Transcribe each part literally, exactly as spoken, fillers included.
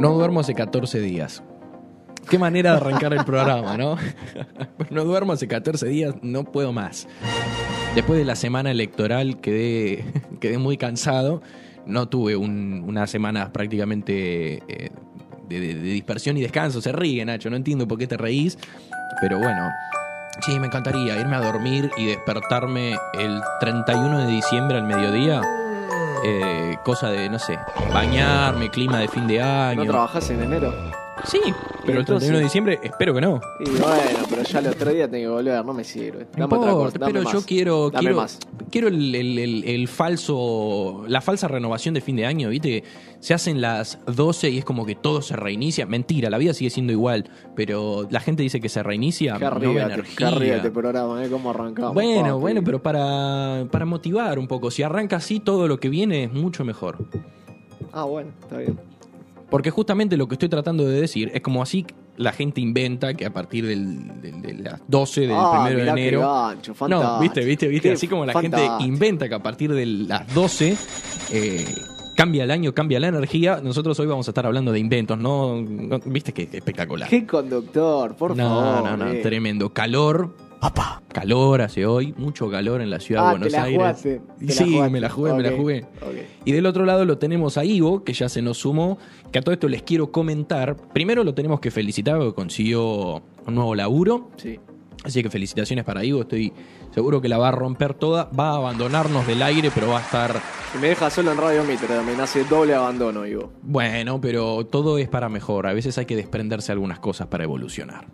No duermo hace catorce días. Qué manera de arrancar el programa, ¿no? No duermo hace catorce días, no puedo más. Después de la semana electoral quedé, quedé muy cansado. No tuve un, unas semanas prácticamente eh, de, de, de dispersión y descanso. Se ríe, Nacho, no entiendo por qué te reís. Pero bueno, sí, me encantaría irme a dormir y despertarme el treinta y uno de diciembre al mediodía. Eh, cosa de, no sé, bañarme, clima de fin de año. ¿No trabajás en enero? Sí, pero el treinta y uno de diciembre espero que no. Y bueno, pero ya el otro día tengo que volver, no me sirve. No Dame otra importa, cosa, dame pero más. yo quiero Dame quiero, más. quiero el, el, el, el falso, la falsa renovación de fin de año, ¿viste? Se hacen las doce y es como que todo se reinicia. Mentira, la vida sigue siendo igual, pero la gente dice que se reinicia. Qué no ve arriba, te, energía. qué arriba este programa, ¿eh? ¿Cómo arrancamos? Bueno, papi? bueno, pero para, para motivar un poco. Si arranca así, todo lo que viene es mucho mejor. Ah, bueno, está bien. Porque justamente lo que estoy tratando de decir es como así la gente inventa que a partir del, del, de las doce del ah, primero de mirá enero... Qué gancho, fantástico. No, viste, viste, viste. Qué Así como la fantástico. gente inventa que a partir de las doce eh, cambia el año, cambia la energía. Nosotros hoy vamos a estar hablando de inventos, ¿no? no viste qué espectacular. Qué conductor, por no, favor. No, no, eh. tremendo. Calor. Papá. Calor hace hoy, mucho calor en la ciudad Ah, de Buenos te la Aires. jugaste, te la Sí, jugaste. me la jugué, Ok, me la jugué. ok. Y del otro lado lo tenemos a Ivo, que ya se nos sumó, que a todo esto les quiero comentar. Primero lo tenemos que felicitar porque consiguió un nuevo laburo. Sí. Así que felicitaciones para Ivo, estoy seguro que la va a romper toda. Va a abandonarnos del aire, pero va a estar... Si me deja solo en Radio Mitre, me nace doble abandono, Ivo. Bueno, pero todo es para mejor. A veces hay que desprenderse algunas cosas para evolucionar.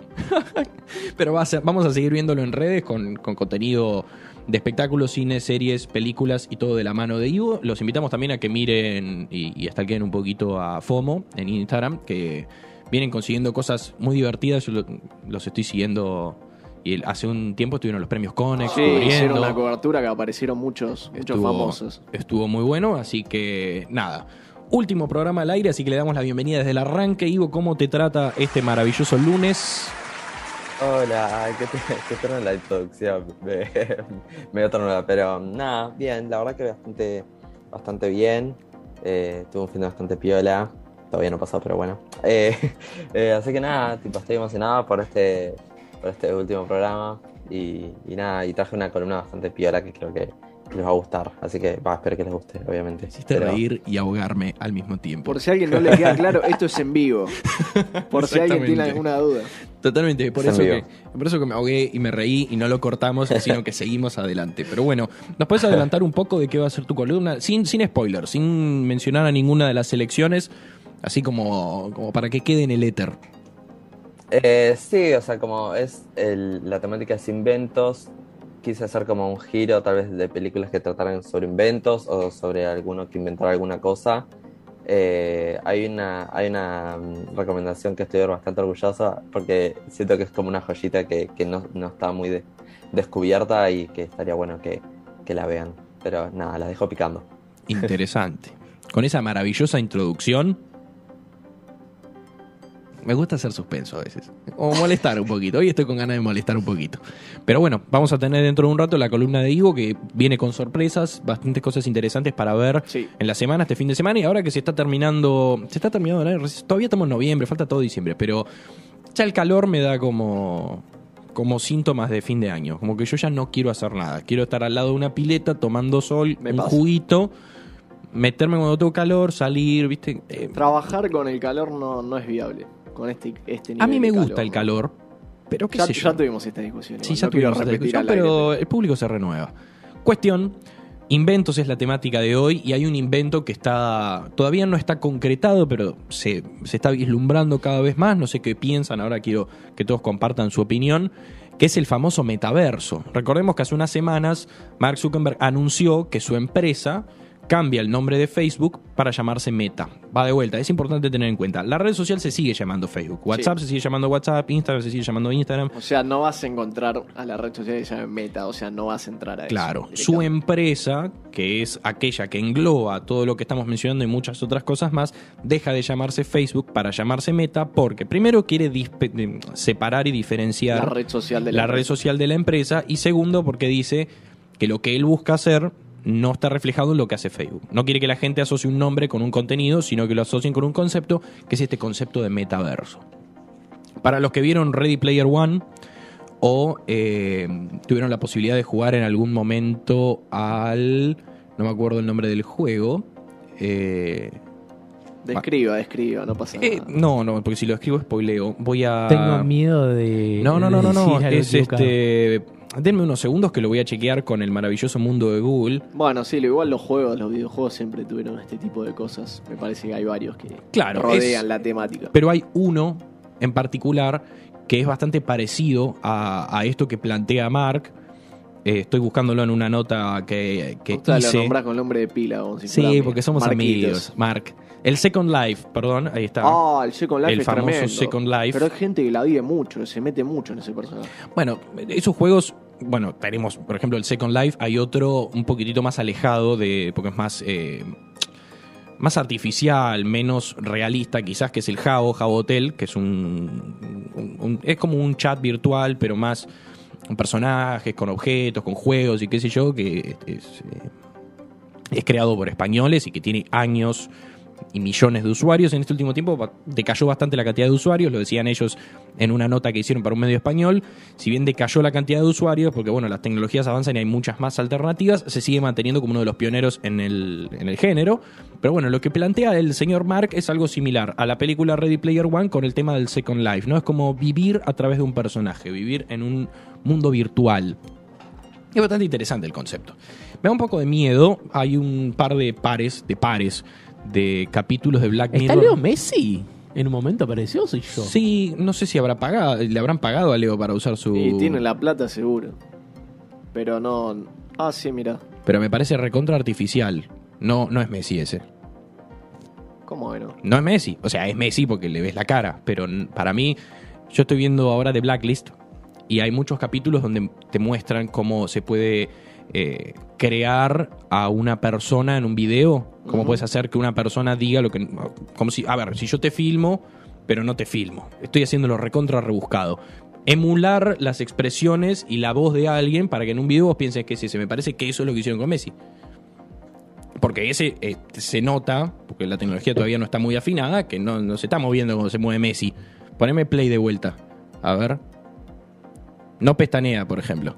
Pero va a ser, vamos a seguir viéndolo en redes con, con contenido de espectáculos, cine, series, películas y todo de la mano de Ivo. Los invitamos también a que miren y, y stalkeen un poquito a FOMO en Instagram, que vienen consiguiendo cosas muy divertidas. Yo lo- los estoy siguiendo y el- hace un tiempo estuvieron los premios Conex Sí, hicieron cubriendo. una cobertura que aparecieron muchos, muchos Estuvo- famosos. Estuvo muy bueno, así que nada. Último programa al aire, así que le damos la bienvenida desde el arranque. Ivo, ¿cómo te trata este maravilloso lunes? Hola, qué, te, qué eterna la introducción, me, medio ternura, pero nada, bien, la verdad que bastante, bastante bien, eh, tuve un fin de bastante piola, todavía no pasó, pero bueno, eh, eh, así que nada, tipo, estoy emocionado por este, por este último programa y, y nada, y traje una columna bastante piola que creo que, que les va a gustar, así que va, espero que les guste, obviamente. Hiciste Pero- reír y ahogarme al mismo tiempo. Por si a alguien no le queda claro, esto es en vivo. Por si alguien tiene Exactamente. alguna duda. Totalmente, por Es eso, en que, vivo. por eso que me ahogué y me reí y no lo cortamos, sino que seguimos adelante. Pero bueno, ¿nos puedes adelantar un poco de qué va a ser tu columna? Sin, sin spoilers, sin mencionar a ninguna de las selecciones, así como, como para que quede en el éter. Eh, sí, o sea, como es el- la temática es inventos, quise hacer como un giro tal vez de películas que trataran sobre inventos o sobre alguno que inventara alguna cosa. Eh, hay una, hay una mm, recomendación que estoy bastante orgullosa porque siento que es como una joyita que, que no, no está muy de- descubierta y que estaría bueno que, que la vean. Pero nada, la dejo picando. Interesante. Con esa maravillosa introducción. Me gusta hacer suspenso a veces. O molestar un poquito. Hoy estoy con ganas de molestar un poquito. Pero bueno, vamos a tener dentro de un rato la columna de Ivo, que viene con sorpresas, bastantes cosas interesantes para ver Sí. en la semana, este fin de semana. Y ahora que se está terminando. Se está terminando el año. Todavía estamos en noviembre, falta todo diciembre. Pero ya el calor me da como. Como síntomas de fin de año. Como que yo ya no quiero hacer nada. Quiero estar al lado de una pileta, tomando sol, Me un pasa. juguito, meterme cuando tengo calor, salir, ¿viste? Eh, Trabajar con el calor no, no es viable. Con este, este nivel a mí me de gusta calor, el ¿no? calor, pero qué Ya, sé yo. ya tuvimos esta discusión. Sí, igual, ya no quiero tuvimos esta repetir discusión, al aire, pero el público se renueva. Cuestión, inventos es la temática de hoy y hay un invento que está todavía no está concretado, pero se, se está vislumbrando cada vez más. No sé qué piensan, ahora quiero que todos compartan su opinión, que es el famoso metaverso. Recordemos que hace unas semanas Mark Zuckerberg anunció que su empresa cambia el nombre de Facebook para llamarse Meta. Va de vuelta, es importante tener en cuenta. La red social se sigue llamando Facebook, WhatsApp se sigue llamando WhatsApp, Instagram se sigue llamando Instagram. O sea, no vas a encontrar a la red social que se llama Meta, o sea, no vas a entrar a eso. Claro, su directamente. empresa, que es aquella que engloba todo lo que estamos mencionando y muchas otras cosas más, deja de llamarse Facebook para llamarse Meta porque primero quiere dispe- de- separar y diferenciar La red social de la la red empresa. social de la empresa y segundo porque dice que lo que él busca hacer no está reflejado en lo que hace Facebook. No quiere que la gente asocie un nombre con un contenido, sino que lo asocien con un concepto, que es este concepto de metaverso. Para los que vieron Ready Player One o eh, tuvieron la posibilidad de jugar en algún momento al... no me acuerdo el nombre del juego. Eh, Describa, describa, no pasa eh, nada. no, no, porque si lo escribo spoileo. Voy a... Tengo miedo de... No, no, no, no, no. decir algo Es equivocado. este... Denme unos segundos que lo voy a chequear con el maravilloso mundo de Google. Bueno, sí, lo igual los juegos, los videojuegos siempre tuvieron este tipo de cosas. Me parece que hay varios que Claro, rodean es- la temática. Pero hay uno en particular que es bastante parecido a, a esto que plantea Mark. Eh, estoy buscándolo en una nota que, que Ostras, hice. lo nombrás con nombre de pila. Como si fuera Sí, amigo. porque somos Marquitos. amigos, Mark. El Second Life, perdón, ahí está. Ah, el Second Life El es famoso tremendo. Second Life. Pero hay gente que la vive mucho, que se mete mucho en ese personaje. Bueno, esos juegos, bueno, tenemos, por ejemplo, el Second Life. Hay otro un poquitito más alejado de, porque es más, eh, más artificial, menos realista, quizás, que es el Jao, Jao Hotel, que es un, un- un- es como un chat virtual, pero más con personajes, con objetos, con juegos y qué sé yo, que es, eh, es creado por españoles y que tiene años y millones de usuarios. En este último tiempo ba- decayó bastante la cantidad de usuarios, lo decían ellos en una nota que hicieron para un medio español. Si bien decayó la cantidad de usuarios, porque bueno, las tecnologías avanzan y hay muchas más alternativas, se sigue manteniendo como uno de los pioneros en el, en el género. Pero bueno, lo que plantea el señor Mark es algo similar a la película Ready Player One con el tema del Second Life, ¿no? Es como vivir a través de un personaje, vivir en un mundo virtual. Es bastante interesante el concepto. Me da un poco de miedo. Hay un par de pares, de pares, de capítulos de Black ¿Está Mirror. Leo Messi? En un momento apareció, soy yo. Sí, no sé si habrá pagado, le habrán pagado a Leo para usar su... Y tiene la plata seguro. Pero no... Ah, sí, mira. Pero me parece recontra artificial. No, no es Messi ese. ¿Cómo que no? No es Messi. O sea, es Messi porque le ves la cara. Pero n- para mí, yo estoy viendo ahora The Blacklist y hay muchos capítulos donde te muestran cómo se puede eh, crear a una persona en un video. Cómo Ujú. puedes hacer que una persona diga lo que... Como si, a ver, si yo te filmo, pero no te filmo. Estoy haciéndolo recontra rebuscado. Emular las expresiones y la voz de alguien para que en un video vos pienses que es ese. Me parece que eso es lo que hicieron con Messi. Porque ese eh, se nota, porque la tecnología todavía no está muy afinada, que no, no se está moviendo como se mueve Messi. Poneme play de vuelta. A ver. No pestanea, por ejemplo.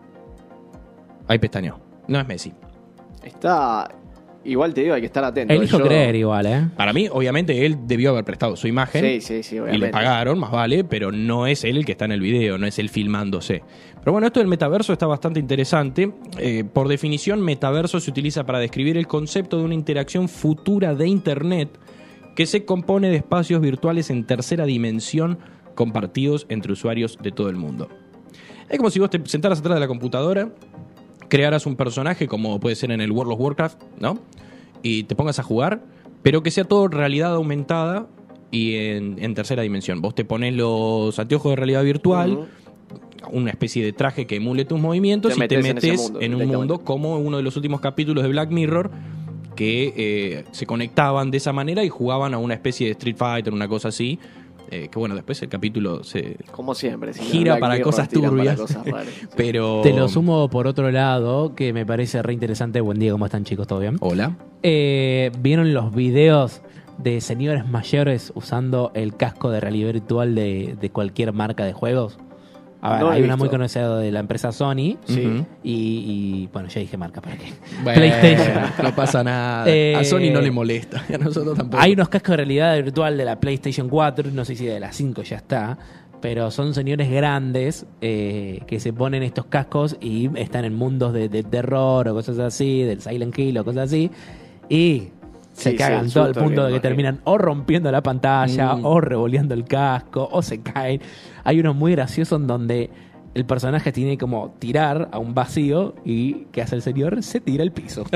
Ahí pestañeó. No es Messi. Está... Igual te digo, hay que estar atento. Elijo Yo- creer igual, ¿eh? Para mí, obviamente, él debió haber prestado su imagen. Sí, sí, sí, Y obviamente. le pagaron, más vale, pero no es él el que está en el video, no es él filmándose. Pero bueno, esto del metaverso está bastante interesante. Eh, por definición, metaverso se utiliza para describir el concepto de una interacción futura de Internet que se compone de espacios virtuales en tercera dimensión compartidos entre usuarios de todo el mundo. Es como si vos te sentaras atrás de la computadora, crearas un personaje como puede ser en el World of Warcraft, ¿no? Y te pongas a jugar, pero que sea todo realidad aumentada y en, en tercera dimensión. Vos te pones los anteojos de realidad virtual, Ujú. una especie de traje que emule tus movimientos Te y te metes en ese metes mundo, en un directamente. mundo como uno de los últimos capítulos de Black Mirror, que eh, se conectaban de esa manera y jugaban a una especie de Street Fighter, una cosa así. Eh, que bueno, después el capítulo se Como siempre. si no, gira Black para Mirror cosas tiran para turbias. cosas raras. Pero... Te lo sumo por otro lado, que me parece re interesante. Buen día, ¿cómo están, chicos? ¿Todo bien? Hola. Eh, ¿Vieron los videos de señores mayores usando el casco de realidad virtual de, de cualquier marca de juegos? A ver, No he hay una visto. muy conocida de la empresa Sony. Sí. Ujú. Y, y, bueno, ya dije marca, ¿para qué? Bueno, PlayStation. No pasa nada. Eh, a Sony no le molesta. Y a nosotros tampoco. Hay unos cascos de realidad virtual de la PlayStation cuatro, no sé si de la cinco ya está, pero son señores grandes eh, que se ponen estos cascos y están en mundos de, de terror o cosas así, del Silent Hill o cosas así, y se Sí, cagan sí, todo al susto, punto me de que imagino. terminan o rompiendo la pantalla, Mm. o revoleando el casco, o se caen. Hay unos muy graciosos en donde el personaje tiene como tirar a un vacío y ¿qué hace el señor? Se tira al piso.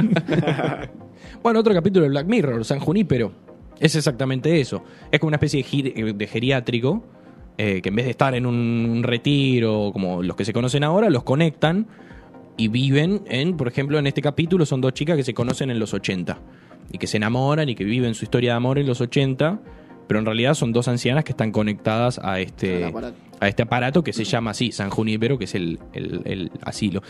Bueno, otro capítulo de Black Mirror, San Junípero. Es exactamente eso. Es como una especie de, gir- de geriátrico eh, que en vez de estar en un retiro como los que se conocen ahora, los conectan y viven en, por ejemplo, en este capítulo son dos chicas que se conocen en los ochenta y que se enamoran y que viven su historia de amor en los ochenta, pero en realidad son dos ancianas que están conectadas a este, Al aparato. a este aparato que se llama así, San Junípero, que es el, el- el asilo.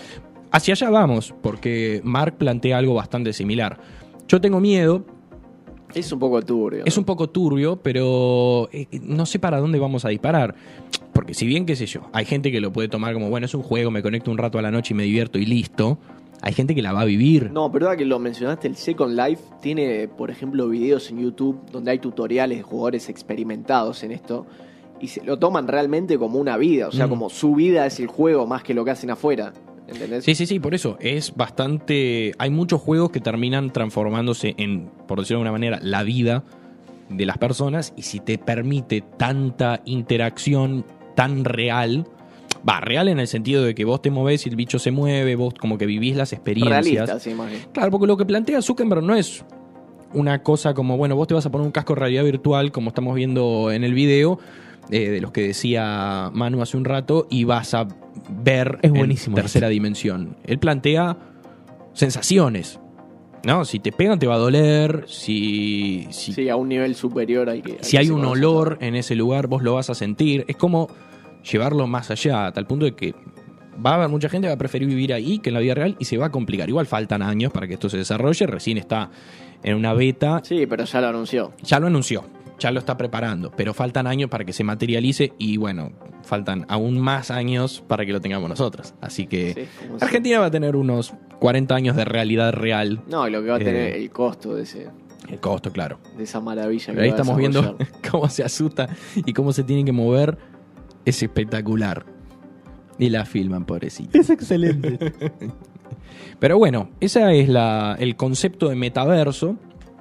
hacia allá vamos, porque Mark plantea algo bastante similar. Yo tengo miedo. Es un poco turbio. Es ¿no? un poco turbio, pero eh, no sé para dónde vamos a disparar. Porque si bien, qué sé yo, hay gente que lo puede tomar como, bueno, es un juego, me conecto un rato a la noche y me divierto y listo. Hay gente que la va a vivir. No, pero ahora que lo mencionaste, el Second Life tiene, por ejemplo, videos en YouTube donde hay tutoriales de jugadores experimentados en esto y se lo toman realmente como una vida, o sea, Mm. como su vida es el juego más que lo que hacen afuera, ¿entendés? Sí, sí, sí, por eso es bastante... Hay muchos juegos que terminan transformándose en, por decirlo de alguna manera, la vida de las personas, y si te permite tanta interacción tan real, va, real en el sentido de que vos te movés y el bicho se mueve, vos como que vivís las experiencias. Realista, sí, más bien. Claro, porque lo que plantea Zuckerberg no es una cosa como, bueno, vos te vas a poner un casco de realidad virtual, como estamos viendo en el video, eh, de los que decía Manu hace un rato, y vas a ver Es en buenísimo tercera dimensión. Él plantea sensaciones, ¿no? Si te pegan te va a doler, si, si, Sí, a un nivel superior hay que... si que hay se un conoce olor todo. en ese lugar, vos lo vas a sentir. Es como llevarlo más allá, a tal punto de que va a haber mucha gente que va a preferir vivir ahí que en la vida real y se va a complicar. Igual faltan años para que esto se desarrolle, recién está en una beta, Sí, pero ya lo anunció. ya lo anunció, ya lo está preparando, pero faltan años para que se materialice y bueno, faltan aún más años para que lo tengamos nosotros. Así que Sí, como si- Argentina va a tener unos cuarenta años de realidad real. No, y lo que va a tener Eh, el costo de ese El costo, claro. de esa maravilla Pero que ahí va a estamos viendo desarrollar. cómo se asusta y cómo se tienen que mover. Es espectacular. Y la filman, pobrecita. Es excelente. Pero bueno, ese es la, el concepto de metaverso.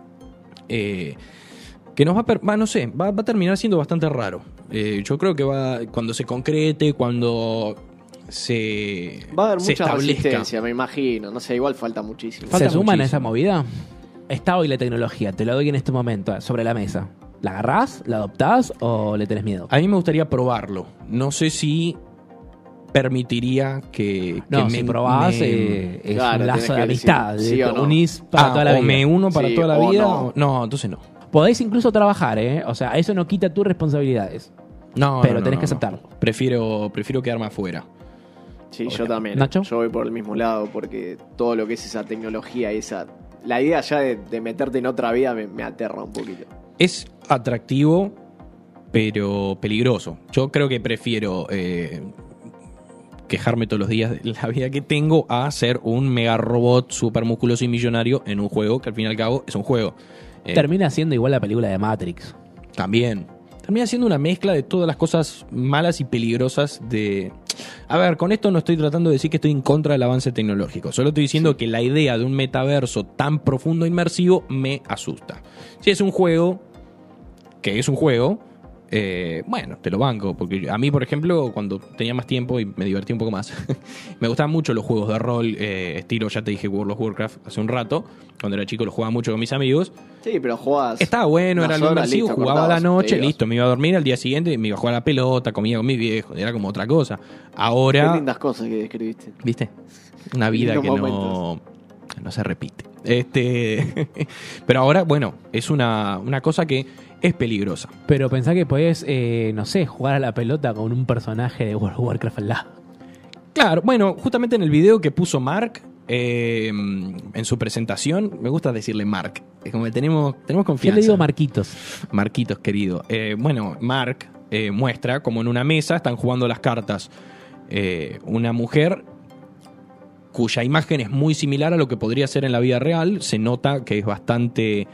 eh, que nos va a... per- va, no sé, va, va a terminar siendo bastante raro. Eh, yo creo que va cuando se concrete, cuando se, Va a haber se mucha establezca. resistencia, me imagino. No sé, igual falta muchísimo. Falta ¿Se suman a esa muchísimo. movida? Está hoy la tecnología, te la doy en este momento, sobre la mesa. ¿La agarrás? ¿La adoptás o le tenés miedo? A mí me gustaría probarlo. No sé si permitiría que, No, que si me- probás, me- eh, es Claro, un lazo tenés de que amistad. decir sí te o no. unís para Ah, toda la o vida. me uno para Sí, toda la o vida. no. o- no, entonces no. Podés incluso trabajar, ¿eh? O sea, eso no quita tus responsabilidades. No, Pero no, no, tenés no, que no. aceptarlo. Prefiero, prefiero quedarme afuera. Sí, yo también. ¿Nacho? Yo voy por el mismo lado porque todo lo que es esa tecnología y esa... La idea ya de, de meterte en otra vida me, me aterra un poquito. Es atractivo, pero peligroso. Yo creo que prefiero eh, quejarme todos los días de la vida que tengo a ser un mega robot super musculoso y millonario en un juego que al fin y al cabo es un juego. Eh, Termina siendo igual la película de Matrix. También. Termina siendo una mezcla de todas las cosas malas y peligrosas de... A ver, con esto no estoy tratando de decir que estoy en contra del avance tecnológico. Solo estoy diciendo que la idea de un metaverso tan profundo e inmersivo me asusta. Si es un juego, que es un juego, eh, bueno, te lo banco. Porque a mí, por ejemplo, cuando tenía más tiempo y me divertí un poco más, me gustaban mucho los juegos de rol, eh, estilo, ya te dije, World of Warcraft hace un rato. Cuando era chico lo jugaba mucho con mis amigos. Sí, pero jugás... Estaba bueno, unas era algo horas, inmersivo, listo, jugaba a la cortados, noche, te ibas. listo, me iba a dormir al día siguiente, me iba a jugar a la pelota, comía con mis viejos, era como otra cosa. Qué Ahora, lindas cosas que describiste. ¿viste? Una vida Lindos que no, no se repite. Este, pero ahora, bueno, es una, una cosa que es peligrosa. Pero pensá que podés, eh, no sé, jugar a la pelota con un personaje de World of Warcraft al lado. Claro, bueno, justamente en el video que puso Mark eh, en su presentación, me gusta decirle Mark, es como que tenemos, tenemos Yo confianza. le digo Marquitos. Marquitos, querido. Eh, bueno, Mark eh, muestra como en una mesa están jugando las cartas eh, una mujer cuya imagen es muy similar a lo que podría ser en la vida real. Se nota que es bastante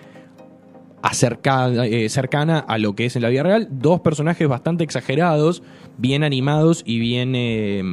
acercada, eh, cercana a lo que es en la vida real. Dos personajes bastante exagerados, bien animados y bien... eh,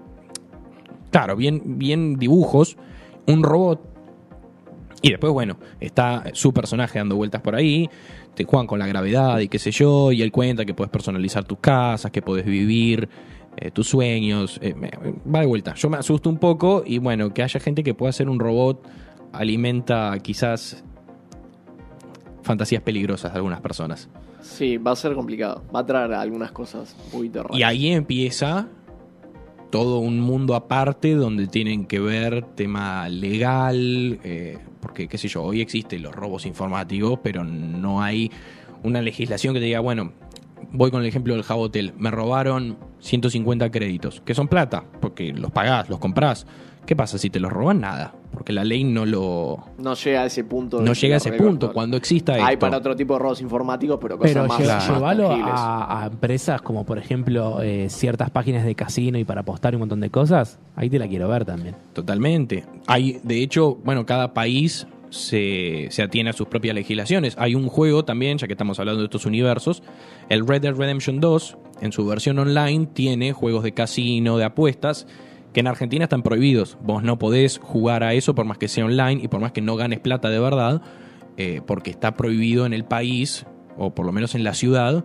claro, bien, bien dibujos. Un robot. Y después, bueno, está su personaje dando vueltas por ahí, te juegan con la gravedad y qué sé yo, y él cuenta que puedes personalizar tus casas, que puedes vivir eh, tus sueños. Eh, me- va de vuelta. Yo me asusto un poco y bueno, que haya gente que pueda ser un robot alimenta quizás fantasías peligrosas de algunas personas. Sí, va a ser complicado. Va a traer algunas cosas un poquito raras. Y ahí empieza todo un mundo aparte donde tienen que ver tema legal, eh, porque qué sé yo, hoy existen los robos informáticos, pero no hay una legislación que te diga, bueno, voy con el ejemplo del Jabotel, me robaron ciento cincuenta créditos, que son plata, porque los pagás, los comprás. ¿Qué pasa? Si te los roban, nada. Porque la ley no lo... No llega a ese punto. No de llega a ese récord. punto. Cuando exista Hay esto... para otro tipo de robos informáticos, pero cosas Pero más, lle- más llevarlo tangibles. a, a empresas como, por ejemplo, eh, ciertas páginas de casino y para apostar un montón de cosas, ahí te la quiero ver también. Totalmente. Hay, de hecho, bueno, cada país se, se atiene a sus propias legislaciones. Hay un juego también, ya que estamos hablando de estos universos, el Red Dead Redemption dos, en su versión online, tiene juegos de casino, de apuestas, que en Argentina están prohibidos. Vos no podés jugar a eso por más que sea online y por más que no ganes plata de verdad, eh, porque está prohibido en el país, o por lo menos en la ciudad,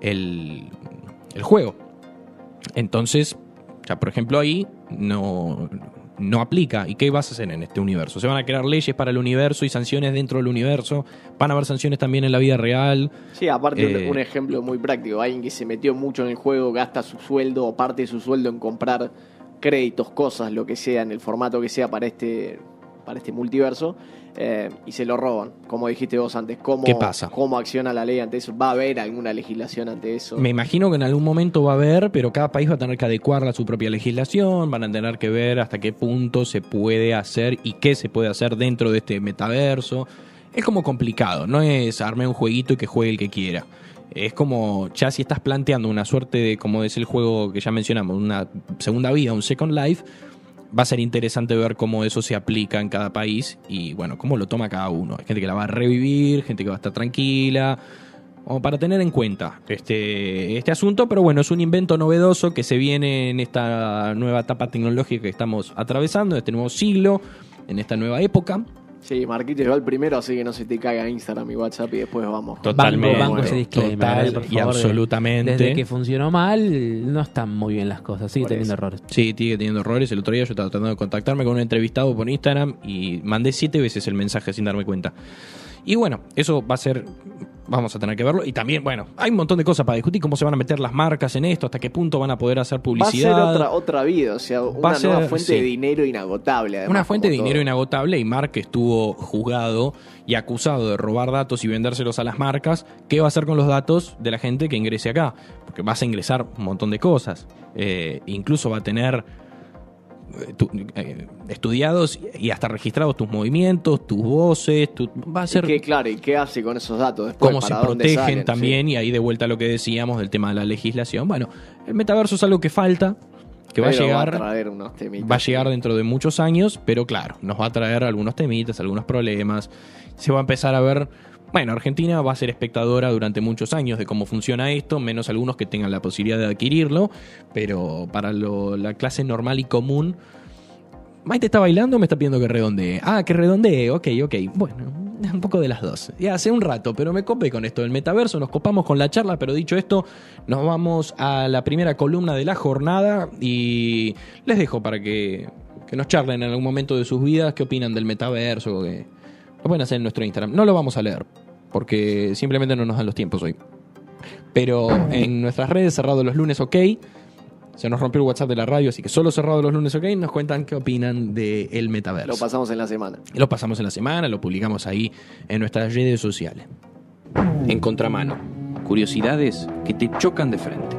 el, el juego. Entonces, ya por ejemplo ahí no, no aplica. ¿Y qué vas a hacer en este universo? Se van a crear leyes para el universo y sanciones dentro del universo. Van a haber sanciones también en la vida real. Sí, aparte Eh, un, un ejemplo muy práctico. Alguien que se metió mucho en el juego, gasta su sueldo o parte de su sueldo en comprar créditos, cosas, lo que sea, en el formato que sea para este, para este multiverso, eh, y se lo roban. Como dijiste vos antes, ¿cómo, ¿Qué pasa? ¿cómo acciona la ley ante eso? ¿Va a haber alguna legislación ante eso? Me imagino que en algún momento va a haber, pero cada país va a tener que adecuarla a su propia legislación, van a tener que ver hasta qué punto se puede hacer y qué se puede hacer dentro de este metaverso. Es como complicado, no es armar un jueguito y que juegue el que quiera. Es como, ya si estás planteando una suerte de, como es el juego que ya mencionamos, una segunda vida, un Second Life, va a ser interesante ver cómo eso se aplica en cada país y, bueno, cómo lo toma cada uno. Hay gente que la va a revivir, gente que va a estar tranquila, como para tener en cuenta este, este asunto, pero bueno, es un invento novedoso que se viene en esta nueva etapa tecnológica que estamos atravesando, en este nuevo siglo, en esta nueva época. Sí, Marquitos llegó el primero, así que no se te caiga Instagram y WhatsApp y después vamos. Totalmente. Banco, banco ese disclaimer, Total eh, por y favor. absolutamente. Desde que funcionó mal, no están muy bien las cosas. Sigue Por teniendo eso. errores. Sí, sigue teniendo errores. El otro día yo estaba tratando de contactarme con un entrevistado por Instagram y mandé siete veces el mensaje sin darme cuenta. Y bueno, eso va a ser... Vamos a tener que verlo. Y también, bueno, hay un montón de cosas para discutir. Cómo se van a meter las marcas en esto, hasta qué punto van a poder hacer publicidad. Va a ser otra, otra vida, o sea, Va una a ser, nueva fuente sí. de dinero inagotable. Además, Una fuente de como dinero todo. inagotable, y Mark estuvo juzgado y acusado de robar datos y vendérselos a las marcas. ¿Qué va a hacer con los datos de la gente que ingrese acá? Porque vas a ingresar un montón de cosas. Eh, incluso va a tener eh, tu- eh, estudiados y hasta registrados tus movimientos, tus voces. Tu, va a ser ¿Y qué, claro, ¿y qué hace con esos datos después? cómo se ¿Para dónde protegen salen? también. Sí. Y ahí de vuelta a lo que decíamos del tema de la legislación. Bueno, el metaverso es algo que falta, que va a Pero llegar... Va a traer unos temitas. Va a llegar dentro de muchos años, pero claro, nos va a traer algunos temitas, algunos problemas. Se va a empezar a ver... Bueno, Argentina va a ser espectadora durante muchos años de cómo funciona esto, menos algunos que tengan la posibilidad de adquirirlo, pero para lo- la clase normal y común... ¿Maite está bailando o me está pidiendo que redondee? Ah, que redondee, ok, ok. Bueno, un poco de las dos. Ya hace un rato, pero me copé con esto del metaverso, nos copamos con la charla, pero dicho esto, nos vamos a la primera columna de la jornada y les dejo para que, que nos charlen en algún momento de sus vidas, qué opinan del metaverso, que lo pueden hacer en nuestro Instagram. No lo vamos a leer, porque simplemente no nos dan los tiempos hoy. Pero en nuestras redes, cerrado los lunes, ok. Se nos rompió el WhatsApp de la radio, así que solo cerrado los lunes, ok, nos cuentan qué opinan del metaverso. Lo pasamos en la semana. Lo pasamos en la semana, lo publicamos ahí en nuestras redes sociales. En contramano, curiosidades que te chocan de frente.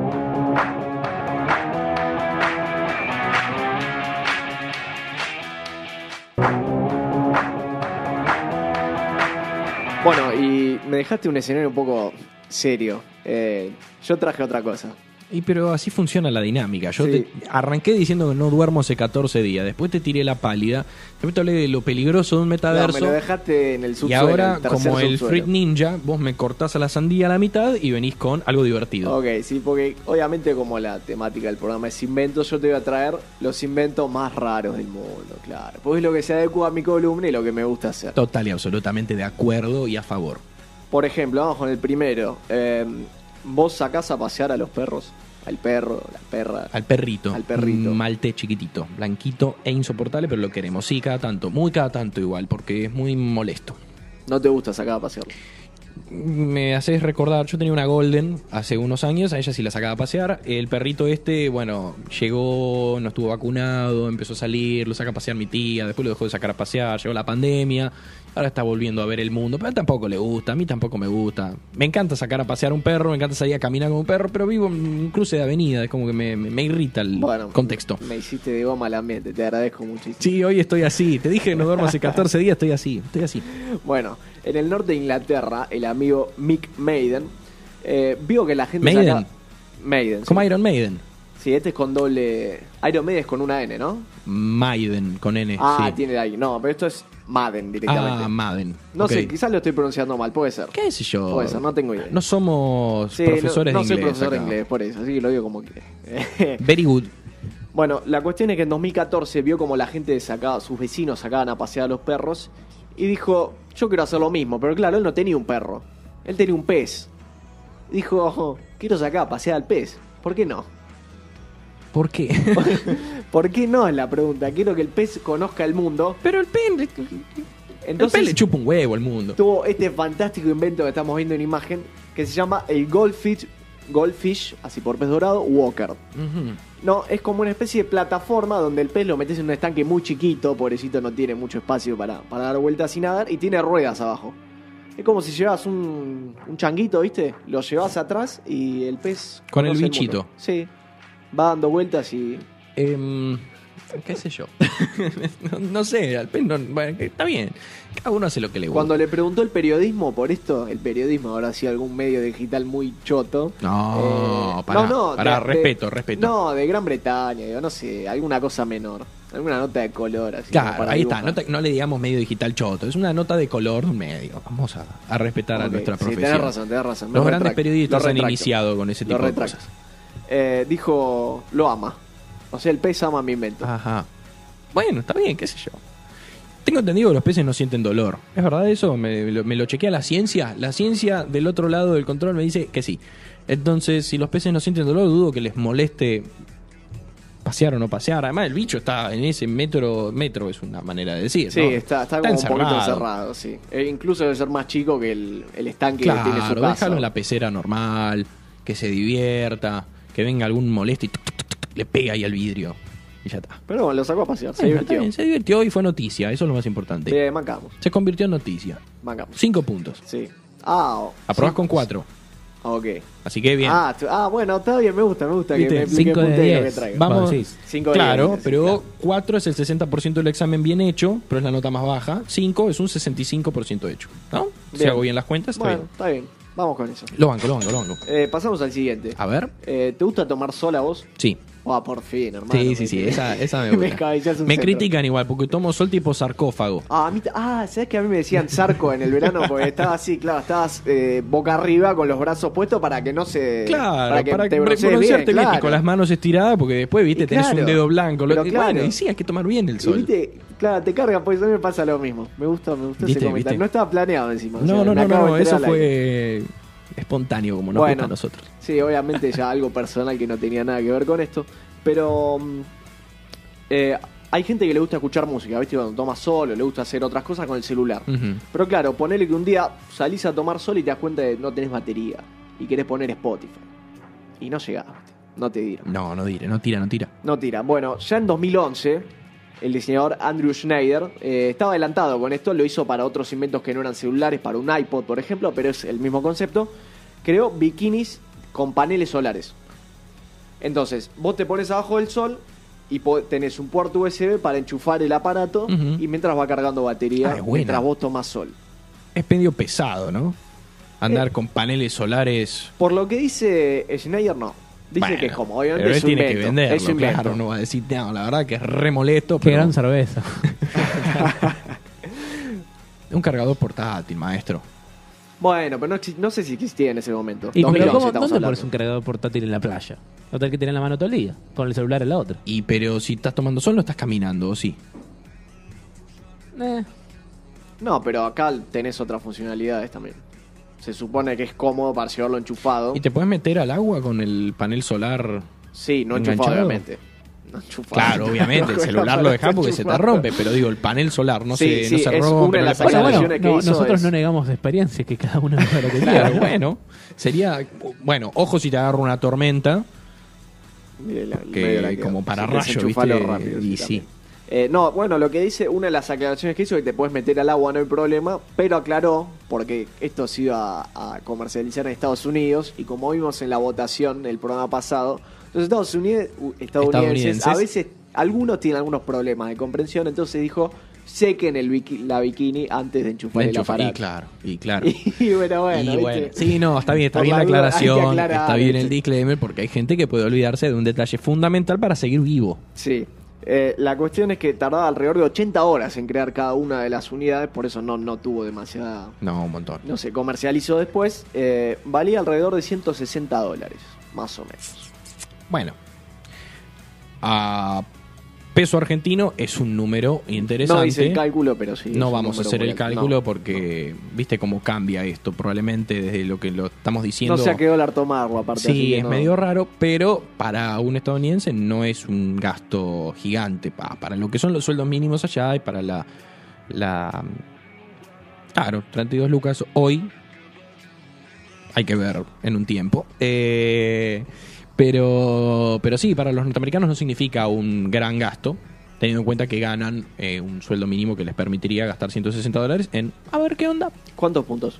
Bueno, y me dejaste un escenario un poco serio. Eh, yo traje otra cosa. Y pero así funciona la dinámica. Yo Sí. te arranqué diciendo que no duermo hace catorce días, después te tiré la pálida, después te hablé de lo peligroso de un No, metaverso. me lo dejaste en el Y subsuelo. ahora, el tercer como el subsuelo. Freak Ninja, vos me cortás a la sandía a la mitad y venís con algo divertido. Ok, sí, porque obviamente como la temática del programa es inventos, yo te voy a traer los inventos más raros del mundo, claro. Porque es lo que se adecua a mi columna y lo que me gusta hacer. Total y absolutamente de acuerdo y a favor. Por ejemplo, vamos con el primero. Eh, ¿Vos sacás a pasear a los perros? Al perro, la perra. Al perrito. Al perrito. Un maltés chiquitito, blanquito e insoportable, pero lo queremos. Sí, cada tanto, muy cada tanto igual, porque es muy molesto. ¿No te gusta sacar a pasear? Me haces recordar, yo tenía una Golden hace unos años, a ella sí la sacaba a pasear. El perrito este, bueno, llegó, no estuvo vacunado, empezó a salir, lo saca a pasear mi tía, después lo dejó de sacar a pasear, llegó la pandemia Ahora está volviendo a ver el mundo, pero tampoco le gusta, a mí tampoco me gusta. Me encanta sacar a pasear a un perro, me encanta salir a caminar con un perro, pero vivo en un cruce de avenida, es como que me, me, me irrita el Bueno, contexto. Me hiciste de goma al ambiente, te agradezco muchísimo. Sí, hoy estoy así. Te dije que no duermo hace catorce días, estoy así, estoy así. Bueno, en el norte de Inglaterra, el amigo Mick Maiden eh, vio que la gente Maiden. saca... Maiden. Como sí. Iron Maiden. Sí, este es con doble... Iron Maiden es con una N, ¿no? Maiden, con N. Ah, sí. tiene ahí. No, pero esto es Madden directamente. Ah, Maiden. No Ok. sé, quizás lo estoy pronunciando mal, puede ser. ¿Qué sé yo? Puede ser, no tengo idea. No somos Sí, profesores no, no de soy inglés. profesor de acá. inglés, por eso, así que lo digo como quiera. Very good. Bueno, la cuestión es que en dos mil catorce vio como la gente sacaba, sus vecinos sacaban a pasear a los perros y dijo, yo quiero hacer lo mismo, pero claro, él no tenía un perro, él tenía un pez. Dijo, oh, quiero sacar a pasear al pez, ¿por qué no? ¿Por qué? ¿Por qué no es la pregunta? Quiero que el pez conozca el mundo. Pero el pen, el Entonces pen le chupa un huevo al mundo. tuvo este fantástico invento que estamos viendo en imagen que se llama el Goldfish, Goldfish, así por pez dorado, Walker. Ujú. No, es como una especie de plataforma donde el pez lo metes en un estanque muy chiquito, pobrecito no tiene mucho espacio para, para dar vueltas y nadar, y tiene ruedas abajo. Es como si llevas un, un changuito, ¿viste? Lo llevas atrás y el pez... Con el conoce bichito. mundo. Sí, va dando vueltas y... Em, ¿Qué sé yo? no, no sé, al pen no, bueno, está bien. Cada uno hace lo que le gusta. Cuando le preguntó el periodismo por esto, el periodismo ahora sí algún medio digital muy choto. No, eh, pará, no, no, pará, de- respeto, de- respeto. No, de Gran Bretaña, digo, no sé, alguna cosa menor. Alguna nota de color así. como Claro, para ahí está. dibujar. No, te- no le digamos medio digital choto. Es una nota de color de un medio. Vamos a, a respetar a Ok, nuestra sí, profesión. tenés razón, tenés razón. Me Los grandes retracto, periodistas lo han retracto. iniciado con ese Lo tipo de retracto. cosas. Eh, dijo, lo ama. O sea, el pez ama mi invento. Ajá. Bueno, está bien, qué sé yo. Tengo entendido que los peces no sienten dolor. ¿Es verdad eso? ¿Me, lo, me lo chequea la ciencia? La ciencia del otro lado del control me dice que sí. Entonces, si los peces no sienten dolor, dudo que les moleste pasear o no pasear. Además, el bicho está en ese metro, metro es una manera de decir, Sí, ¿no? está, está, como un poquito encerrado, sí. Eh, incluso debe ser más chico que el, el estanque que tiene su Claro, casa. déjalo en la pecera normal, que se divierta, que venga algún molesto y tuc, tuc, tuc, tuc, le pega ahí al vidrio. Y ya está. Pero bueno, lo sacó a pasear, se Bueno, está divirtió. bien, se divirtió y fue noticia, eso es lo más importante. Bien, mancamos, Se convirtió en noticia. mancamos. Cinco puntos. Sí. Ah, oh, Aprobás sí. con cuatro. Ok. Así que bien. Ah, tu- ah, bueno, está bien, me gusta, me gusta que ¿Viste? me explique Cinco el de puntero diez. que traigo. Vamos. Vos decís. Cinco de Claro, diez, sí, pero claro. cuatro es el sesenta por ciento del examen bien hecho, pero es la nota más baja. cinco es un sesenta y cinco por ciento hecho. ¿No? Si Bien. hago bien las cuentas, está Bueno, bien. está bien. Vamos con eso. Lo banco, lo banco, lo banco. Eh, pasamos al siguiente. A ver. Eh, ¿Te gusta tomar sol a vos? Sí. Ah, por fin, hermano. Sí, me- sí, sí, me- esa, esa me me gusta. escabechás un Me centro. critican igual, porque tomo sol tipo sarcófago. Ah, a mí, t- ah, ¿sabes que a mí me decían zarco en el verano? Porque estaba así, claro, estabas eh, boca arriba con los brazos puestos para que no se... Claro, para que para, te broncees broncearte bien, claro. y con las manos estiradas, porque después, viste, Y tenés claro, un dedo blanco. Lo, pero y claro. Bueno, y sí, hay que tomar bien el Y sol. viste, claro, te cargan, pues a mí me pasa lo mismo. Me gusta, me gusta ¿Viste, ese comentario. viste? No estaba planeado encima. o No, sea, no, me no, acabo no, de eso enterar al aire. fue espontáneo, como nos Bueno. gusta a nosotros. Sí, obviamente ya algo personal que no tenía nada que ver con esto. Pero mm, eh, hay gente que le gusta escuchar música, ¿viste? Cuando toma sol o le gusta hacer otras cosas con el celular. Ujú. Pero claro, ponele que un día salís a tomar sol y te das cuenta de que no tenés batería y querés poner Spotify. Y no llegás, ¿viste? No te dieron. No, no dire, no tira, no tira. No tira. Bueno, ya en dos mil once, el diseñador Andrew Schneider eh, estaba adelantado con esto. Lo hizo para otros inventos que no eran celulares, para un iPod, por ejemplo, pero es el mismo concepto. Creó bikinis con paneles solares. Entonces, vos te pones abajo del sol y po- tenés un puerto U S B para enchufar el aparato Ujú. y mientras va cargando batería, Ah, es buena. mientras vos tomás sol. Es medio pesado, ¿no? Andar Eh. con paneles solares. Por lo que dice Schneider, no. Dice Bueno, que es como, obviamente pero él es un tiene invento, que venderlo, es un invento. claro, no va a decir, no, la verdad que es re molesto, Qué pero gran cerveza. un cargador portátil, maestro. Bueno, pero no, exi- no sé si existía en ese momento. ¿Y pero dos mil once cómo, estamos dónde hablando. pones un cargador portátil en la playa? No tenés que tener en la mano todo el día, con el celular en la otra. Y pero si estás tomando sol no estás caminando, ¿o sí? Eh, No, pero acá tenés otras funcionalidades también. Se supone que es cómodo para llevarlo enchufado. ¿Y te puedes meter al agua con el panel solar? Sí, no enchufado, ¿Enganchado? obviamente. No enchufado. Claro, obviamente, el celular lo dejás porque se te rompe, pero digo, el panel solar no Sí, se, sí, no se es rompe, una de no las le pasa bueno, nada. bueno, aclaraciones que no, hizo nosotros es- no negamos experiencias, que cada uno haga lo que quiera. Claro, bueno, sería, bueno, ojo si te agarra una tormenta, Mire, la- que medio la queda. como para Sí, rayo, desenchufalo ¿viste? rápido, Y sí, sí. también. Eh, no, bueno, lo que dice, una de las aclaraciones que hizo es que te puedes meter al agua, no hay problema, pero aclaró, porque esto se iba a, a comercializar en Estados Unidos, y como vimos en la votación el programa pasado, los Estados Unidos, estadounidenses, Estadounidenses. a veces, algunos tienen algunos problemas de comprensión, entonces dijo, sequen el biki- la bikini antes de enchufar el Enchufa- aparato. Y claro, y claro. Y bueno, bueno, Y ¿viste? bueno, sí, no, está bien, está Por bien la la duda, hay que aclaración, aclarar, está bien el ¿viste? disclaimer, porque hay gente que puede olvidarse de un detalle fundamental para seguir vivo. Sí. Eh, la cuestión es que tardaba alrededor de ochenta horas en crear cada una de las unidades, por eso no, no tuvo demasiada... No, un montón. No se comercializó después. Eh, valía alrededor de ciento sesenta dólares, más o menos. Bueno, a peso argentino es un número interesante. No hice el cálculo, pero sí. No es un vamos a número hacer muy el alto. cálculo No, porque viste cómo cambia esto, probablemente desde lo que lo estamos diciendo. No sé a qué dólar tomarlo, aparte. así Sí, que es no. medio raro, pero para un estadounidense no es un gasto gigante. Pa- para lo que son los sueldos mínimos allá y para la... la claro, treinta y dos lucas hoy. Hay que ver en un tiempo. Eh, pero, pero sí, para los norteamericanos no significa un gran gasto, teniendo en cuenta que ganan eh, un sueldo mínimo que les permitiría gastar ciento sesenta dólares en... A ver qué onda. ¿Cuántos puntos?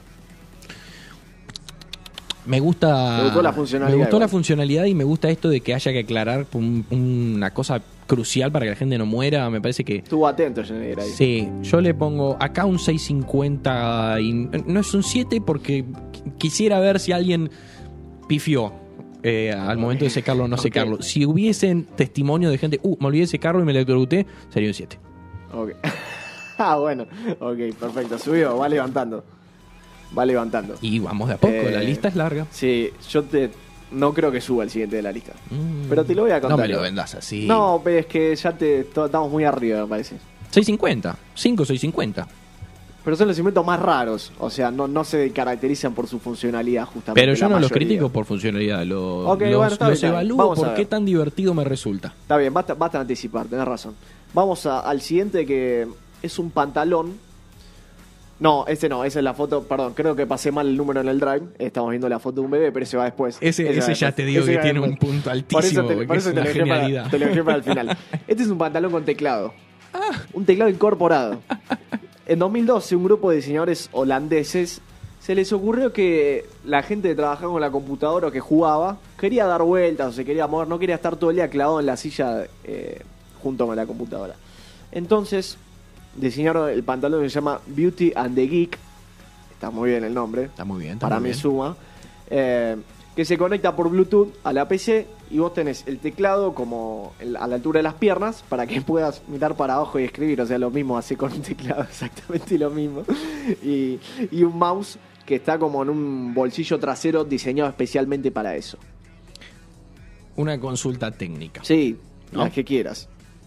Me gusta. Me gustó la funcionalidad Me gustó igual. la funcionalidad y me gusta esto de que haya que aclarar un- una cosa crucial para que la gente no muera. Me parece que. Estuvo atento, Jenner, ahí. Sí, yo le pongo acá un seis cincuenta y no es un siete porque quisiera ver si alguien pifió eh, al momento de secarlo o no Ok. secarlo. Si hubiesen testimonio de gente, uh, me olvidé de secarlo y me electrocuté, sería un siete. Ok. Ah, bueno. Ok, perfecto. Subió, va levantando. Va levantando. Y vamos de a poco, Eh, la lista es larga. Sí, yo te no creo que suba el siguiente de la lista. Mm. Pero te lo voy a contar. No me lo igual. vendas así. No, pero es que ya te to- estamos muy arriba, me parece. seis cincuenta, cinco, seis cincuenta. Pero son los inventos más raros. O sea, no, no se caracterizan por su funcionalidad, justamente. Pero yo la no los mayoría. critico por funcionalidad, lo- Ok, los, bueno, está los bien. evalúo Vamos a por ver. qué tan divertido me resulta. Está bien, basta, basta anticipar, tenés razón. Vamos a- al siguiente, que es un pantalón. No, ese no, esa es la foto, perdón, creo que pasé mal el número en el drive. Estamos viendo la foto de un bebé, pero ese va después. Ese, va ese ya después. te digo Ese que va tiene un después. punto Por altísimo, eso te, porque por es eso te una lo dejé para, genialidad. te lo dejé para el final. Este es un pantalón con teclado. Un teclado incorporado. En dos mil doce, un grupo de diseñadores holandeses se les ocurrió que la gente que trabajaba con la computadora o que jugaba quería dar vueltas o se quería mover, no quería estar todo el día clavado en la silla eh, junto con la computadora. Entonces, diseñaron el pantalón que se llama Beauty and the Geek. Está muy bien el nombre. Está muy bien, está Para muy mí bien. suma. Eh, que se conecta por Bluetooth a la P C y vos tenés el teclado como el- a la altura de las piernas para que puedas mirar para abajo y escribir. O sea, lo mismo hace con un teclado, exactamente lo mismo. Y, y un mouse que está como en un bolsillo trasero diseñado especialmente para eso. Una consulta técnica. Sí, ¿No? las que quieras.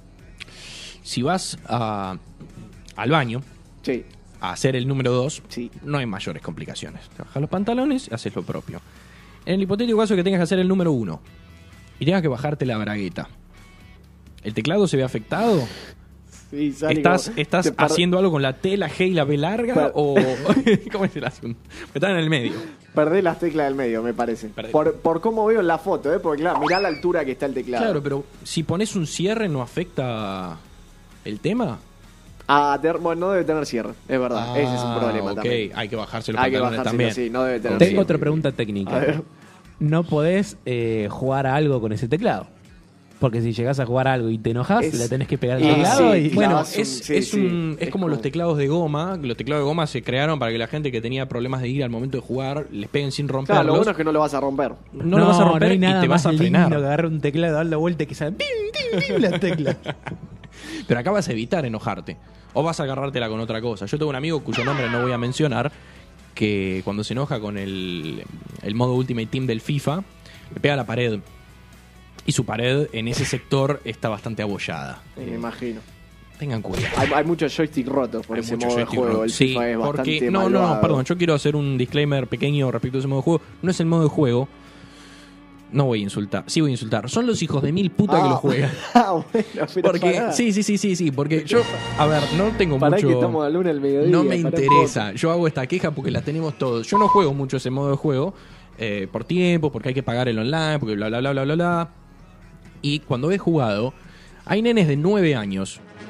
Si vas a- al baño Sí, a hacer el número dos, sí. no hay mayores complicaciones. Te bajas los pantalones y haces lo propio. En el hipotético caso que tengas que hacer el número uno y tengas que bajarte la bragueta, ¿el teclado se ve afectado? Sí, sale ¿Estás, como- estás te par- haciendo algo con la T, la G y la B larga? Per- ¿O cómo es el asunto? Están en el medio. Perdés las teclas del medio, me parece. Perdés. Por, por cómo veo en la foto, ¿eh? Porque claro, mirá la altura que está el teclado. Claro, pero si pones un cierre, ¿no afecta el tema? Ah, ter- bueno, no debe tener cierre, es verdad. Ah, Ese es un problema ok. también. Hay que bajarse los Hay que pantalones bajárselo, también. sí, no debe tener Ok. Tengo cierre. otra pregunta A técnica. ver. No podés eh, jugar a algo con ese teclado. Porque si llegás a jugar a algo y te enojas, Es- le tenés que pegar al y teclado sí, y... claro. Bueno, clavas un- es, sí, es, sí. un- es Es como como- los teclados de goma. Los teclados de goma se crearon para que la gente que tenía problemas de ir al momento de jugar les peguen sin romperlos. Claro, lo bueno es que no lo vas a romper. no, lo vas a romper no hay nada y te vas más a lindo frenar. que agarrar un teclado, dar la vuelta y que salga ¡pim, tim, tim! Las teclas. Pero acá vas a evitar enojarte. O vas a agarrártela con otra cosa. Yo tengo un amigo cuyo nombre no voy a mencionar, que cuando se enoja con el, el modo Ultimate Team del FIFA, le pega a la pared. Y su pared en ese sector está bastante abollada. Me imagino. Tengan cuidado. Hay, hay muchos joysticks rotos por Hay ese mucho modo de joystick juego. roto. El Sí, FIFA es porque bastante no, no, malvado. perdón, yo quiero hacer un disclaimer pequeño respecto a ese modo de juego. No es el modo de juego. No voy a insultar. Sí voy a insultar. Son los hijos de mil puta que Ah. lo juegan. Ah, bueno, pero Porque pará. sí, sí, sí, sí, sí, porque yo, a ver, no tengo Pará mucho. que estamos a la una del mediodía. No me pará un interesa. Yo hago esta queja porque la tenemos todos. Yo no juego mucho ese modo de juego eh, por tiempo, porque hay que pagar el online, porque bla bla bla bla bla bla. Y cuando he jugado, hay nenes de nueve años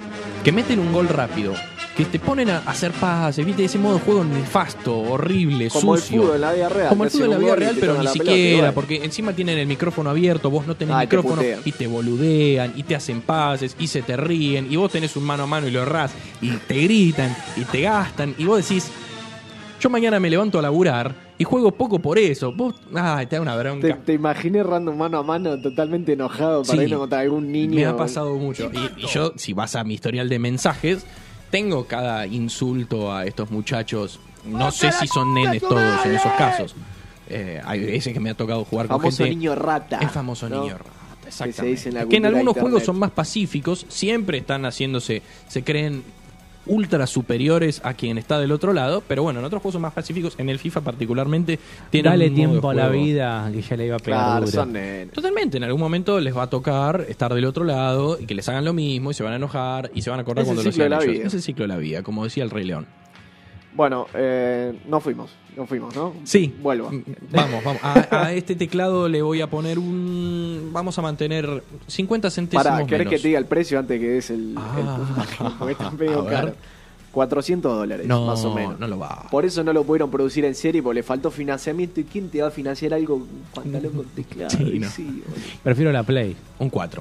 que meten un gol rápido, que te ponen a hacer pases, viste, ese modo de juego nefasto, horrible, Como sucio. el fútbol en la vida real. Como el te fútbol en la hacen un vida gol y real, te pero toman ni la pelota, siquiera, y bueno. porque encima tienen el micrófono abierto, vos no tenés Ah, y te micrófono putean. y te boludean y te hacen pases y se te ríen y vos tenés un mano a mano y lo errás y te gritan y te gastan y vos decís, yo mañana me levanto a laburar y juego poco por eso. Vos, ay, te da una bronca. Te, te imaginé random mano a mano totalmente enojado para Sí. irnos contra algún niño. Me ha pasado mucho. Y, y yo, si vas a mi historial de mensajes, tengo cada insulto a estos muchachos. No sé si son nenes todos en esos casos. Eh, hay veces que me ha tocado jugar con Famoso gente. niño rata. El famoso ¿no? niño rata, Que exactamente. se dice en la Que en cultura algunos de juegos internet. son más pacíficos, siempre están haciéndose, se creen ultra superiores a quien está del otro lado, pero bueno, en otros juegos son más pacíficos, en el FIFA particularmente tienen Dale un modo de tiempo a la juego. vida que ya le iba a pegar Claro, duro. son nenes. Totalmente, en algún momento les va a tocar estar del otro lado y que les hagan lo mismo y se van a enojar y se van a acordar Es el cuando lo ciclo hacían de la ellos. vida. Es el ciclo de la vida, como decía el Rey León. Bueno, eh, no fuimos, no fuimos, ¿no? Sí. Vuelvo. Mm, Vamos, vamos. A, a este teclado le voy a poner un... Vamos a mantener cincuenta centésimos Pará, ¿querés menos. que te diga el precio antes que des el, Ah, el porque está a medio ver. caro? cuatrocientos dólares, No, más o menos. no lo va. Por eso no lo pudieron producir en serie, porque le faltó financiamiento. ¿Y quién te va a financiar algo con pantalón con teclado? Sí, Y no. sí, boludo. Prefiero la Play. Un cuatro.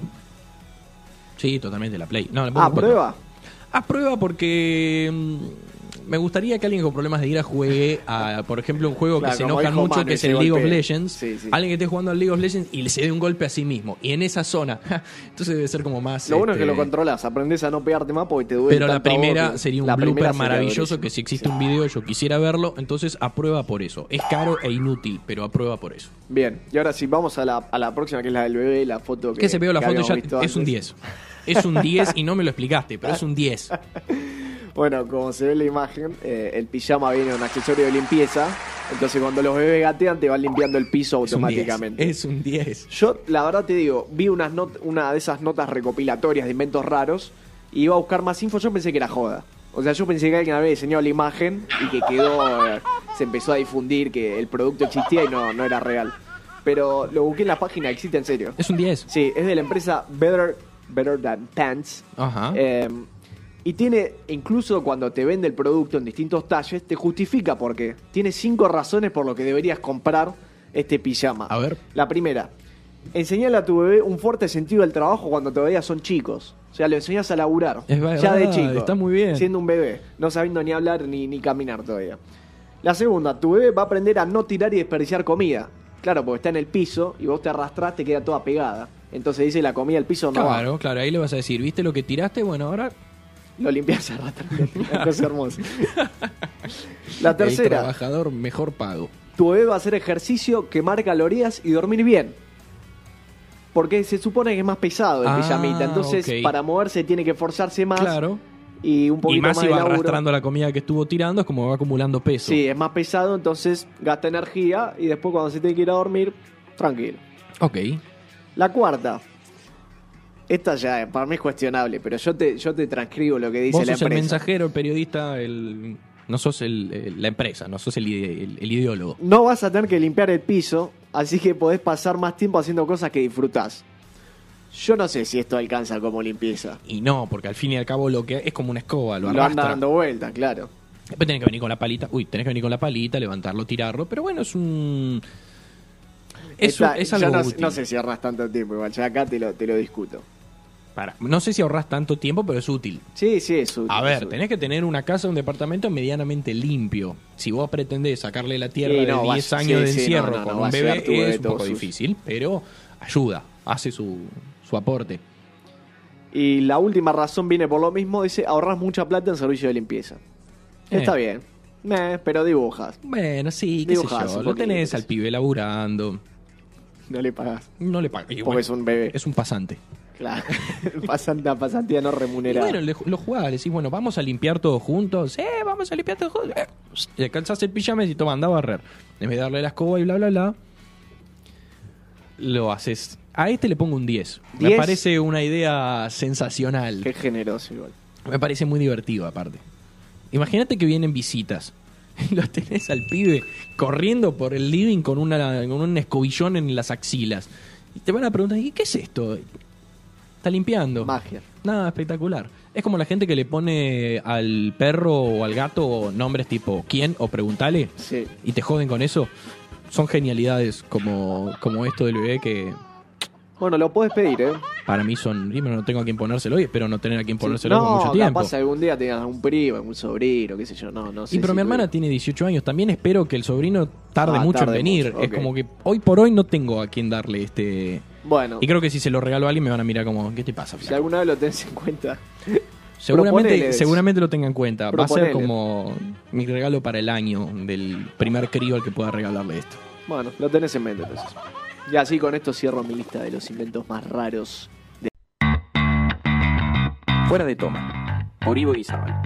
Sí, totalmente la Play. No, le pongo Ah, un cuatro. prueba. A prueba porque mm, me gustaría que alguien con problemas de ira juegue a, por ejemplo, un juego Claro, que se como enojan dijo mucho, Manu, que es ese el League of golpe. Legends. Sí, sí. Alguien que esté jugando al League of Legends y le se dé un golpe a sí mismo. Y en esa zona. Entonces debe ser como más... Lo bueno es este, que lo controlás, aprendés a no pegarte más porque te duele. Pero la tanto a vos primera que- sería un la primera blooper sería maravilloso durísimo. que si existe un video yo quisiera verlo. Entonces aprueba por eso. Es caro e inútil, pero aprueba por eso. Bien, y ahora sí, vamos a la, a la próxima, que es la del bebé, la foto que... Que se veo la que foto habíamos ya visto es un antes. diez. Es un diez y no me lo explicaste, pero es un diez. Bueno, como se ve en la imagen, eh, el pijama viene un accesorio de limpieza. Entonces cuando los bebés gatean te van limpiando el piso Es un diez. automáticamente. Es un diez. Yo, la verdad te digo, vi unas not- una de esas notas recopilatorias de inventos raros y iba a buscar más info. Yo pensé que era joda. O sea, yo pensé que alguien había diseñado la imagen y que quedó, eh, se empezó a difundir que el producto existía y no, no era real. Pero lo busqué en la página, existe en serio. Es un diez. Sí, es de la empresa Better, Better Than Pants. Ajá. Eh, y tiene, incluso cuando te vende el producto en distintos talles, te justifica por qué. Tiene cinco razones por lo que deberías comprar este pijama. A ver. La primera, enseñale a tu bebé un fuerte sentido del trabajo cuando todavía son chicos. O sea, lo enseñas a laburar. Es verdad, ya de chico. está muy bien. Siendo un bebé, no sabiendo ni hablar ni, ni caminar todavía. La segunda, tu bebé va a aprender a no tirar y desperdiciar comida. Claro, porque está en el piso y vos te arrastrás, te queda toda pegada. Entonces dice la comida del piso no va. Claro, claro, ahí le vas a decir, ¿viste lo que tiraste? Bueno, ahora Lo limpias a rato. Una cosa hermosa. La el tercera, trabajador mejor pago. tu bebé va a hacer ejercicio, quemar calorías y dormir bien. Porque se supone que es más pesado el Ah, pijamita. Entonces, ok. para moverse tiene que esforzarse más. Claro. Y un poquito Y más más si de va laburo. arrastrando la comida que estuvo tirando, es como va acumulando peso. Sí, es más pesado, entonces gasta energía y después cuando se tiene que ir a dormir, tranquilo. Ok. La cuarta. Esta ya eh, para mí es cuestionable, pero yo te, yo te transcribo lo que dice Vos la sos el empresa. mensajero, el periodista, el... no sos el, el- la empresa, no sos el, ide- el- el ideólogo. No vas a tener que limpiar el piso, así que podés pasar más tiempo haciendo cosas que disfrutás. Yo no sé si esto alcanza como limpieza. Y no, porque al fin y al cabo lo que es como una escoba, lo Lo anda arrastra. dando vueltas, claro. Después tenés que venir con la palita. Uy, tenés que venir con la palita, levantarlo, tirarlo. Pero bueno, es un... Es, un- Esta- es yo algo no, útil. no sé si ahorras tanto tiempo, igual ya acá te lo, te lo discuto. Para- no sé si ahorras tanto tiempo, pero es útil. Sí, sí, es útil. A es ver, útil. tenés que tener una casa, un departamento medianamente limpio. Si vos pretendés sacarle la tierra Sí, no, de vas- diez años sí, de sí, encierro no, no, con no, va un a bebé, llegar tu bebé es un todo poco sucio. difícil, pero ayuda, hace su, su aporte. Y la última razón viene por lo mismo, dice ahorras mucha plata en servicio de limpieza. Eh. Está bien, Meh, pero dibujas, Bueno, sí, qué sé Dibujás yo. un Lo poquito, tenés qué al sé pibe laburando. no le pagás. No le pagas. Porque es un bebé. Es un pasante. Claro, pasante, pasantía no Y remunerada. bueno, le- lo jugás, le decís, bueno, vamos a limpiar todos juntos. Eh, vamos a limpiar todos juntos. Eh, y alcanzás el pijama y toma, anda a barrer. En vez de darle la escoba y bla, bla, bla, lo haces. A este le pongo un diez. Me ¿diez? parece una idea sensacional. Qué generoso igual. Me parece muy divertido, aparte. Imagínate que vienen visitas. Y lo tenés al pibe corriendo por el living con, una, con un escobillón en las axilas. Y te van a preguntar, ¿y qué es esto? Está limpiando. Magia. Nada, espectacular. Es como la gente que le pone al perro o al gato nombres tipo ¿quién? O preguntale. Sí. Y te joden con eso. Son genialidades como, como esto del bebé que Bueno, lo puedes pedir, ¿eh? para mí son... Primero no tengo a quien ponérselo y espero no tener a quien ponérselo no, por mucho tiempo. capaz algún día tengas un primo, un sobrino, qué sé yo. No, no sé. Y pero si mi tú- hermana tiene dieciocho años. También espero que el sobrino tarde Ah, mucho tarde en venir. mucho, Es ok. como que hoy por hoy no tengo a quien darle este... Bueno, Y creo que si se lo regalo a alguien me van a mirar como, ¿qué te pasa, si flaco? alguna vez lo tenés en cuenta. Seguramente, proponele. seguramente lo tenga en cuenta. Va a ser Proponele. como mi regalo para el año del primer crío al que pueda regalarle esto. Bueno, lo tenés en mente entonces. Y así con esto cierro mi lista de los inventos más raros. Fuera de toma, por Ivo Guizabal.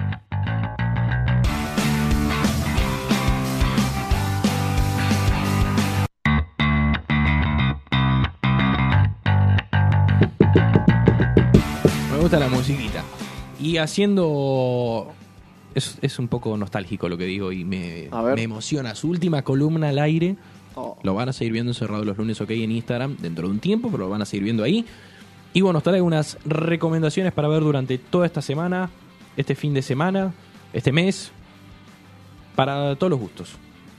Me gusta la musiquita. Y haciendo... Es, es un poco nostálgico lo que digo y me, A ver. me emociona. Su última columna al aire. Oh, Lo van a seguir viendo encerrado los lunes, ok, en Instagram, dentro de un tiempo, pero lo van a seguir viendo ahí. Y bueno, nos trae unas recomendaciones para ver durante toda esta semana, este fin de semana, este mes, para todos los gustos.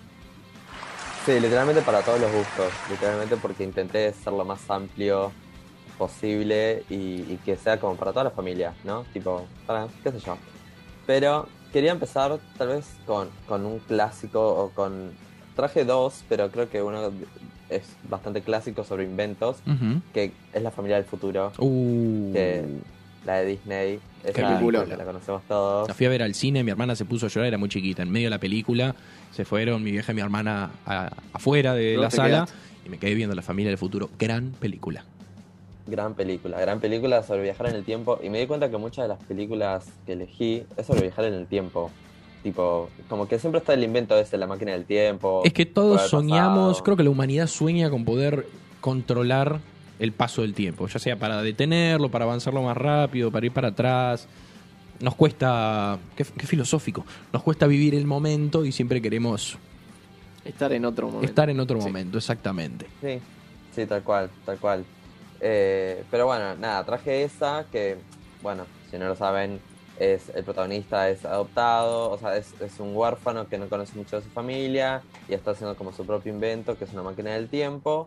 Sí, literalmente para todos los gustos. Literalmente porque intenté ser lo más amplio posible y, y que sea como para toda la familia, ¿no? Tipo, para, qué sé yo. Pero quería empezar tal vez con, con un clásico o con... Traje dos, pero creo que uno es bastante clásico sobre inventos, Ujú. que es La familia del futuro, Uh, que la de Disney. Esa película. que la conocemos todos. la fui a ver al cine, mi hermana se puso a llorar, era muy chiquita. En medio de la película se fueron mi vieja y mi hermana a- afuera de ¿Dónde la te sala quedaste? y me quedé viendo La familia del futuro. Gran película. Gran película, gran película sobre viajar en el tiempo. Y me di cuenta que muchas de las películas que elegí es sobre viajar en el tiempo. Tipo, como que siempre está el invento ese, la máquina del tiempo. Es que todos volver al soñamos, pasado. creo que la humanidad sueña con poder controlar el paso del tiempo, ya sea para detenerlo, para avanzarlo más rápido, para ir para atrás. Nos cuesta, qué, qué filosófico, nos cuesta vivir el momento y siempre queremos estar en otro momento. estar en otro Sí. momento, exactamente. Sí, sí, tal cual, tal cual. Eh, pero bueno, nada, traje esa que, bueno, si no lo saben, es el protagonista es adoptado, o sea, es, es un huérfano que no conoce mucho de su familia y está haciendo como su propio invento, que es una máquina del tiempo.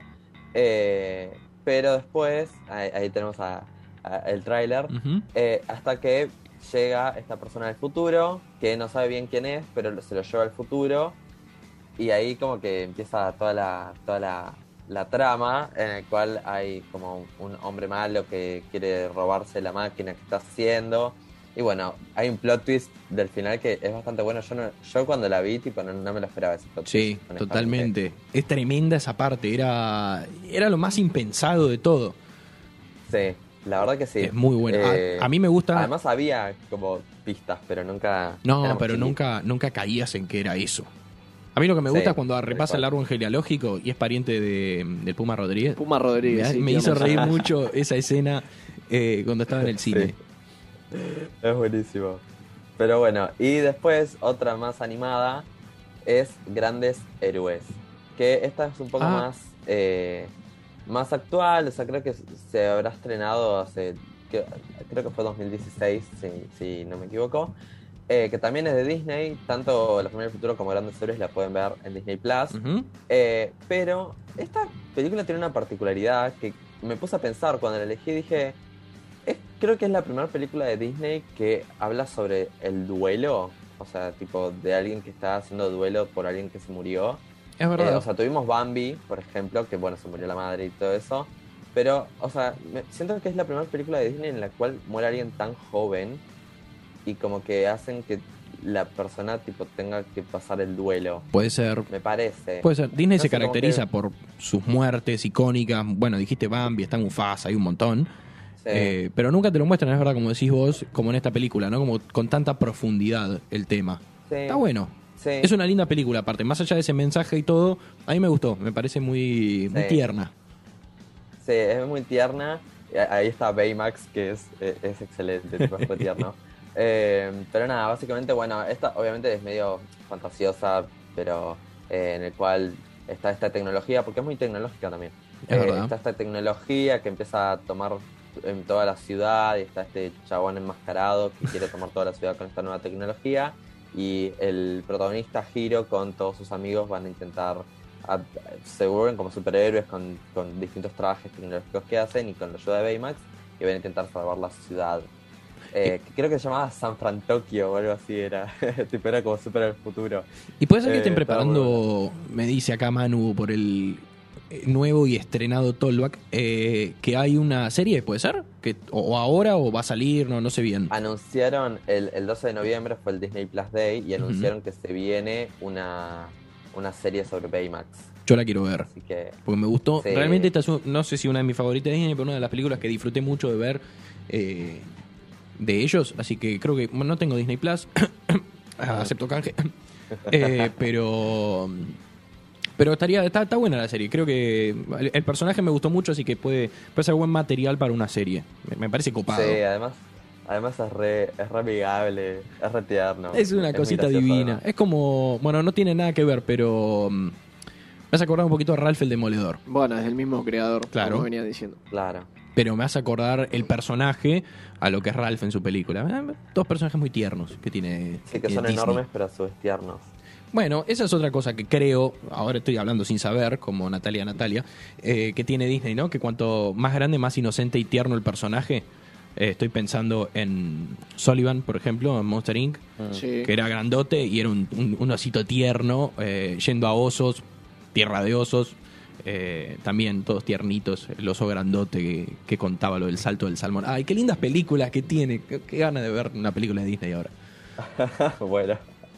Eh, pero después, ahí, ahí tenemos a, a- el tráiler, Ujú. eh, hasta que llega esta persona del futuro, que no sabe bien quién es, pero se lo lleva al futuro. Y ahí como que empieza toda la, toda la, la trama en el cual hay como un hombre malo que quiere robarse la máquina que está haciendo. Y bueno, hay un plot twist del final que es bastante bueno. Yo no, yo cuando la vi, tipo, no, no me lo esperaba ese plot Sí, twist. honestamente. totalmente. Es tremenda esa parte, era, era lo más impensado de todo. Sí, la verdad que sí. Es muy bueno. A- Eh, a, mí me gusta... Además había como pistas, pero nunca... No, éramos pero chiquitos. nunca, nunca caías en que era eso. A mí lo que me Sí, gusta es cuando tal repasa cual. el árbol genealógico y es pariente de, del Puma Rodríguez. Puma Rodríguez. me sí, me que hizo vamos a- reír mucho esa escena eh, cuando estaba en el cine. Sí. Es buenísimo. Pero bueno, y después otra más animada es Grandes Héroes. Que esta es un poco Ah. más, eh, más actual. O sea, creo que se habrá estrenado hace. que- Creo que fue dos mil dieciséis, si, si no me equivoco. Eh, que también es de Disney. Tanto La familia del futuro como Grandes Héroes la pueden ver en Disney Plus. Ujú. Eh, pero esta película tiene una particularidad que me puse a pensar cuando la elegí. Dije, es- creo que es la primera película de Disney que habla sobre el duelo. O sea, tipo, de alguien que está haciendo duelo por alguien que se murió. Es verdad. Eh, o sea, tuvimos Bambi, por ejemplo, que bueno, se murió la madre y todo eso. Pero, o sea, me- siento que es la primera película de Disney en la cual muere alguien tan joven y como que hacen que la persona tipo tenga que pasar el duelo. puede ser. Me parece. Puede ser. Disney No se sé, como caracteriza que- por sus muertes icónicas. Bueno, dijiste Bambi, está Mufasa, hay un montón. Sí. Eh, pero nunca te lo muestran, es verdad, como decís vos, como en esta película, ¿no? Como con tanta profundidad el tema. Sí. Está bueno. Sí. Es una linda película, aparte. Más allá de ese mensaje y todo, a mí me gustó. Me parece muy, muy Sí. tierna. Sí, es muy tierna. Y a- Ahí está Baymax, que es, eh, es excelente, tipo, es muy tierno. Eh, pero nada, básicamente, bueno, esta obviamente es medio fantasiosa, pero eh, en el cual está esta tecnología, porque es muy tecnológica también. Es Eh, verdad. está esta tecnología que empieza a tomar en toda la ciudad y está este chabón enmascarado que quiere tomar toda la ciudad con esta nueva tecnología, y el protagonista Hiro con todos sus amigos van a intentar, a, se vuelven como superhéroes con, con distintos trajes tecnológicos que hacen y con la ayuda de Baymax, y van a intentar salvar la ciudad. Eh, que creo que se llamaba San Fran Tokio o algo así, era tipo era como súper el futuro. Y puede ser que Eh, estén estaba muy preparando, me dice acá Manu, por el eh, nuevo y estrenado Tollback, eh, que hay una serie, ¿puede ser? Que, o, o ahora o va a salir, no, no sé bien. Anunciaron, el, el doce de noviembre fue el Disney Plus Day, y anunciaron Ujú. que se viene una, una serie sobre Baymax. Yo la quiero ver. Así que Porque me gustó. Sí. Realmente esta es, un- no sé si una de mis favoritas de Disney, pero una de las películas que disfruté mucho de ver eh, de ellos. Así que creo que bueno, no tengo Disney Plus. Acepto canje. Eh, pero pero estaría está, está buena la serie. Creo que el, el personaje me gustó mucho, así que puede, puede ser buen material para una serie. Me, me parece copado. sí, además, además es re, es re amigable, es re tierno. Es una muy cosita gracioso, divina. además. Es como, bueno, no tiene nada que ver, pero mm, me hace acordar un poquito a Ralph el Demoledor. Bueno, es el mismo creador, Claro. como venía diciendo. Claro. Pero me hace acordar el personaje a lo que es Ralph en su película. Eh, Dos personajes muy tiernos que tiene. Sí, que tiene son Disney. enormes, pero a su vez tiernos. Bueno, esa es otra cosa que creo, ahora estoy hablando sin saber, como Natalia Natalia, eh, que tiene Disney, ¿no? Que cuanto más grande, más inocente y tierno el personaje. Eh, estoy pensando en Sullivan, por ejemplo, en Monster incorporated, Mm. Sí. que era grandote y era un, un, un osito tierno, eh, yendo a osos, tierra de osos, eh, también todos tiernitos, el oso grandote que, que contaba lo del salto del salmón. Ay, qué lindas películas que tiene, qué, qué ganas de ver una película de Disney ahora. Bueno.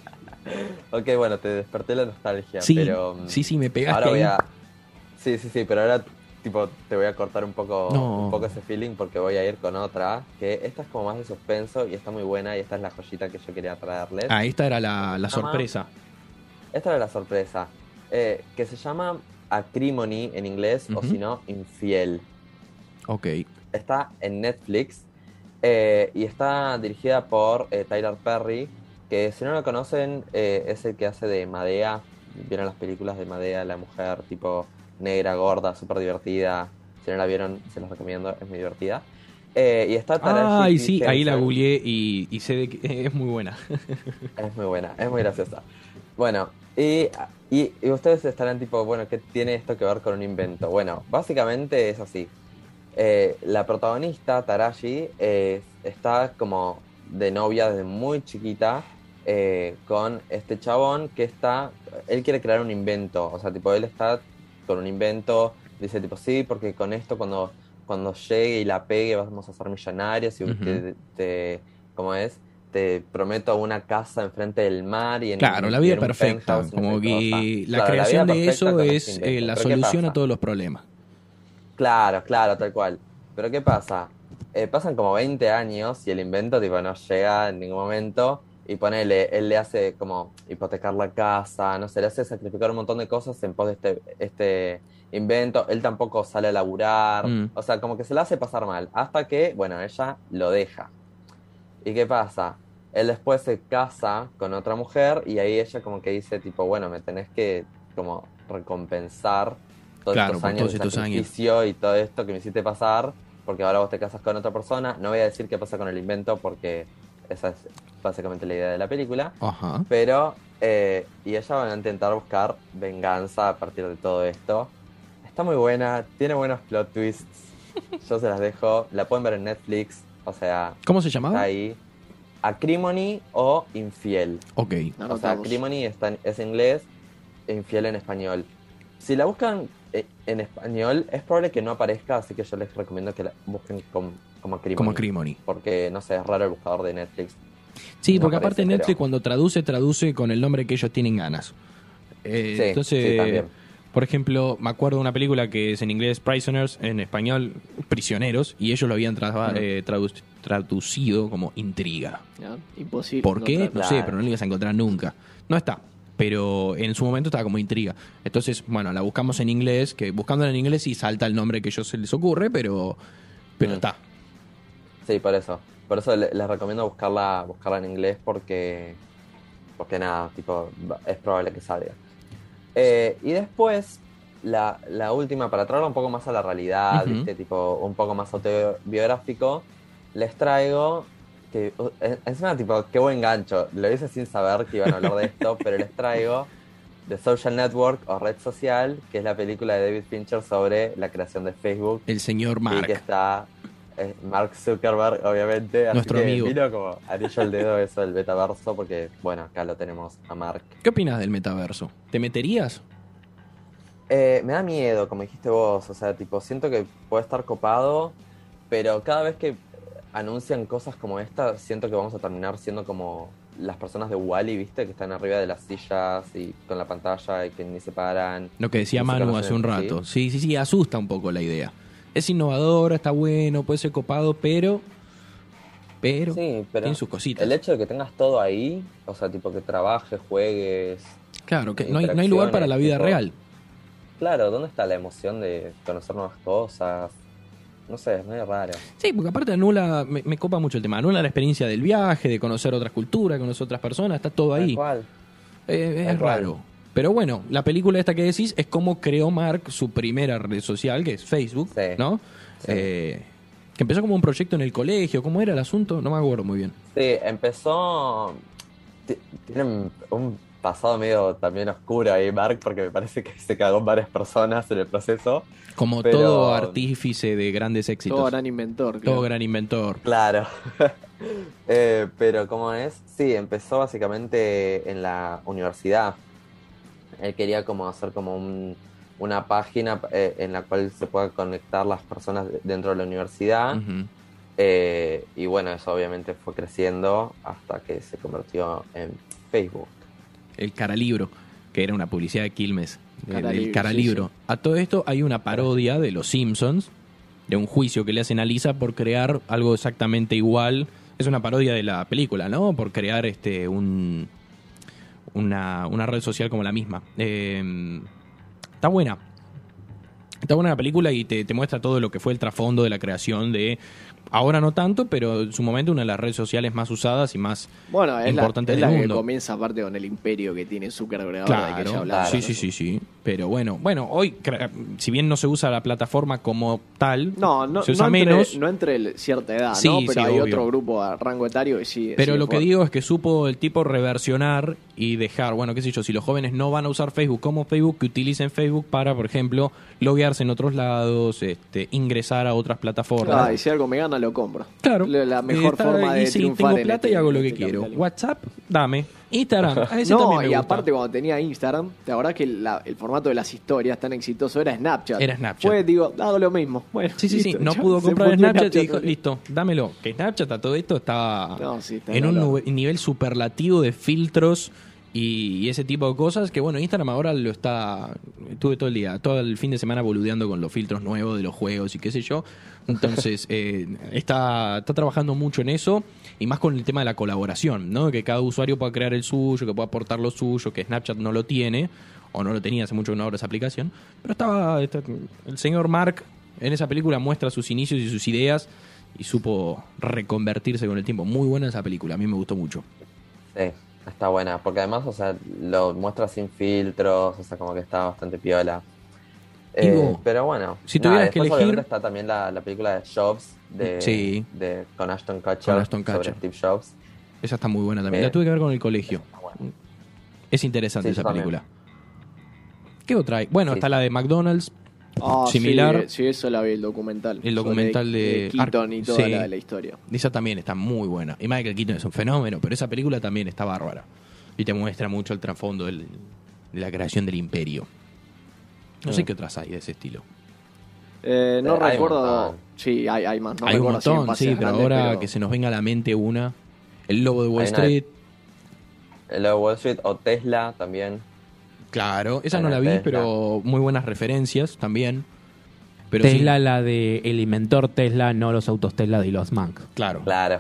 Ok, bueno, te desperté la nostalgia, Sí, pero... mm, sí, sí, me pegaste Ahora voy ahí. a... Sí, sí, sí, pero ahora tipo te voy a cortar un poco, No. un poco ese feeling porque voy a ir con otra, que esta es como más de suspenso y está muy buena, y esta es la joyita que yo quería traerles. Ah, esta era la, la Se llama- sorpresa. Esta era la sorpresa, eh, que se llama Acrimony en inglés, o Ujú. si no, Infiel. Ok. Está en Netflix, eh, y está dirigida por eh, Tyler Perry, que si no lo conocen, eh, es el que hace de Madea. ¿Vieron las películas de Madea, la mujer tipo negra, gorda, súper divertida? Si no la vieron, se los recomiendo, es muy divertida. Eh, y está Taraji Ay, P. sí, ahí la Henson. googleé y, y sé de que es muy buena. Es muy buena, es muy graciosa. Bueno, y, y, y ustedes estarán tipo, bueno, ¿qué tiene esto que ver con un invento? Bueno, básicamente es así. Eh, la protagonista, Taraji, eh, está como de novia desde muy chiquita eh, con este chabón que está, él quiere crear un invento, o sea, tipo, él está con un invento, dice tipo, sí, porque con esto cuando, cuando llegue y la pegue vamos a ser millonarios y Ujú. te, te- ¿cómo es? Te prometo una casa enfrente del mar y en Claro, la y vida en un perfecta. penthouse, no Como sé qué que cosa. la Claro, creación vida de perfecta eso con es este invento. eh, la Pero ¿qué solución pasa? a todos los problemas. Claro, claro, tal cual. Pero ¿qué pasa? Eh, pasan como veinte años y el invento tipo no llega en ningún momento, y ponele, él le hace como hipotecar la casa, no sé, le hace sacrificar un montón de cosas en pos de este, este invento. Él tampoco sale a laburar, Mm. o sea, como que se la hace pasar mal, hasta que, bueno, ella lo deja. ¿Y qué pasa? Él después se casa con otra mujer y ahí ella como que dice tipo, bueno, me tenés que como recompensar todos Claro, estos por años todos de estos años. sacrificio y todo esto que me hiciste pasar, porque ahora vos te casas con otra persona. No voy a decir qué pasa con el invento porque esa es básicamente la idea de la película. Ajá. Pero, eh, y ella va a intentar buscar venganza a partir de todo esto. Está muy buena, tiene buenos plot twists. Yo se las dejo. La pueden ver en Netflix, o sea, ¿Cómo se está llamaba? ahí. Acrimony o Infiel. Ok. O sea, Anotamos. Acrimony está en- es inglés, Infiel en español. Si la buscan eh, en español, es probable que no aparezca, así que yo les recomiendo que la busquen com- como Acrimony. Como Acrimony. Porque, no sé, es raro el buscador de Netflix. Sí, No porque aparece, aparte Netflix pero- cuando traduce, traduce con el nombre que ellos tienen ganas. Eh, Sí, entonces, sí, también. por ejemplo, me acuerdo de una película que es en inglés Prisoners, en español Prisioneros, y ellos lo habían tra- Mm. eh, tradu- traducido como Intriga. ¿Ya? Imposible. ¿Por qué? No encontrar. sé, Claro. pero no lo ibas a encontrar nunca. No está. Pero en su momento estaba como Intriga. Entonces, bueno, la buscamos en inglés, que buscándola en inglés sí salta el nombre que a ellos se les ocurre, pero, pero Mm. está. Sí, por eso. Por eso le- les recomiendo buscarla, buscarla en inglés porque, porque nada, tipo, va- es probable que salga. Eh, y después la, la última, para traerla un poco más a la realidad, Ujú. ¿viste? Tipo, un poco más autobiográfico, les traigo, que, uh, en- encima, tipo, qué buen gancho, lo hice sin saber que iban a hablar de esto, pero les traigo The Social Network o Red Social, que es la película de David Fincher sobre la creación de Facebook, El señor y Mark. que está eh, Mark Zuckerberg, obviamente, así Nuestro que amigo. vino como anillo al dedo eso del metaverso, porque, bueno, acá lo tenemos a Mark. ¿Qué opinas del metaverso? ¿Te meterías? Eh, me da miedo, como dijiste vos, o sea, tipo, siento que puede estar copado, pero cada vez que anuncian cosas como esta, siento que vamos a terminar siendo como las personas de Wall-E, ¿viste? Que están arriba de las sillas y con la pantalla y que ni se paran. Lo que decía Ni se Manu conocen hace un entre sí. rato. Sí, sí, sí, asusta un poco la idea. Es innovadora, está bueno, puede ser copado, pero... Pero Sí, pero tiene sus cositas. el hecho de que tengas todo ahí, o sea, tipo que trabajes, juegues, Claro, que no hay, no hay lugar para la vida tipo- real. claro, ¿dónde está la emoción de conocer nuevas cosas? No sé, es medio raro. Sí, porque aparte anula, me, me copa mucho el tema, anula la experiencia del viaje, de conocer otras culturas, conocer otras personas, está todo Tal ahí. cual. Eh, es Tal cual. raro. Pero bueno, la película esta que decís es cómo creó Mark su primera red social, que es Facebook, Sí. ¿no? Sí. Eh, que empezó como un proyecto en el colegio. ¿Cómo era el asunto? No me acuerdo muy bien. Sí, empezó. ti- Tiene un- un pasado medio también oscuro ahí, Mark, porque me parece que se cagó en varias personas en el proceso. Como Pero- todo artífice de grandes éxitos. Todo gran inventor. Todo claro. gran inventor. Claro. Eh, pero ¿cómo es? Sí, empezó básicamente en la universidad. Él quería como hacer como un- una página eh, en la cual se puedan conectar las personas de- dentro de la universidad. Ujú. Eh, y bueno, eso obviamente fue creciendo hasta que se convirtió en Facebook. El Caralibro, que era una publicidad de Quilmes. El- Caralibro, el Caralibro. sí, A todo esto hay una parodia de Los Simpsons, de un juicio que le hacen a Lisa por crear algo exactamente igual. Es una parodia de la película, ¿no? Por crear este un una, una red social como la misma. Eh, está buena. Está buena la película y te, te muestra todo lo que fue el trasfondo de la creación de... Ahora no tanto, pero en su momento una de las redes sociales más usadas y más Bueno, es importantes la, es del la que mundo. comienza aparte con el imperio que tiene Zuckerberg ahora, de que ya Claro, hablamos, sí, ¿no? sí, sí, sí. Pero bueno, bueno, hoy, cre- si bien no se usa la plataforma como tal, No, no, se usa no entre, menos. no entre el- cierta edad, Sí, ¿no? sí, Pero hay obvio. otro grupo a rango etario que sí. Pero sigue lo que fuerte. digo es que supo el tipo reversionar y dejar, bueno, qué sé yo, si los jóvenes no van a usar Facebook como Facebook, que utilicen Facebook para, por ejemplo, loguearse en otros lados, este, ingresar a otras plataformas. Ah, y si algo me gana, lo compro. Claro. La, la mejor Está- forma de y sí, triunfar tengo en plata este- y hago lo en que este quiero. capitalismo. WhatsApp, dame. Instagram, a ese No, también me y gusta. aparte cuando tenía Instagram, ¿te acordás que la- el formato de las historias tan exitoso era Snapchat? Era Snapchat. Fue, digo, hago lo mismo. Bueno, Sí, sí, sí. listo, No ya pudo se comprar fundió Snapchat y dijo, también. listo, dámelo. Que Snapchat a todo esto está No, sí, está en un loco. nube- nivel superlativo de filtros y, y ese tipo de cosas que, bueno, Instagram ahora lo está... Estuve todo el día, todo el fin de semana boludeando con los filtros nuevos de los juegos y qué sé yo. Entonces, eh, está, está trabajando mucho en eso y más con el tema de la colaboración, ¿no? Que cada usuario pueda crear el suyo, que pueda aportar lo suyo, que Snapchat no lo tiene o no lo tenía hace mucho que no abro esa aplicación. Pero estaba... está- el señor Mark en esa película muestra sus inicios y sus ideas y supo reconvertirse con el tiempo. Muy buena esa película, a mí me gustó mucho. Sí, está buena, porque además, o sea, lo muestra sin filtros, o sea, como que está bastante piola. Eh, Ivo, pero bueno, si nada, tuvieras que después elegir- obviamente está también la, la película de Jobs, de, Sí. de, con Ashton Kutcher, Con Ashton sobre Kutcher. Steve Jobs. Esa está muy buena también. Eh, La tuve que ver con el colegio. Está buena. Es interesante Sí, esa yo también. película. ¿Qué otra hay? Bueno, Sí. está la de McDonald's. Ah, Similar. Sí, sí, eso la vi, el documental. El documental Sobre, de- Keaton y toda Sí. la, la historia. Esa también está muy buena. Y Michael Keaton es un fenómeno, pero esa película también está bárbara. Y te muestra mucho el trasfondo del- de la creación del imperio. No sé Mm. qué otras hay de ese estilo. Eh, no Eh, hay un recuerdo. montón. Sí, hay, hay más. No hay un recuerdo si en montón, pases sí, pero grandes, ahora pero- que se nos venga a la mente una. El Lobo de Wall Hay una- Street. El de Wall Street o Tesla también. Claro, esa no Bueno, la vi, Tesla. pero muy buenas referencias también. Pero sí, Tesla, la de el inventor Tesla, no los autos Tesla de Elon Musk. claro. Claro.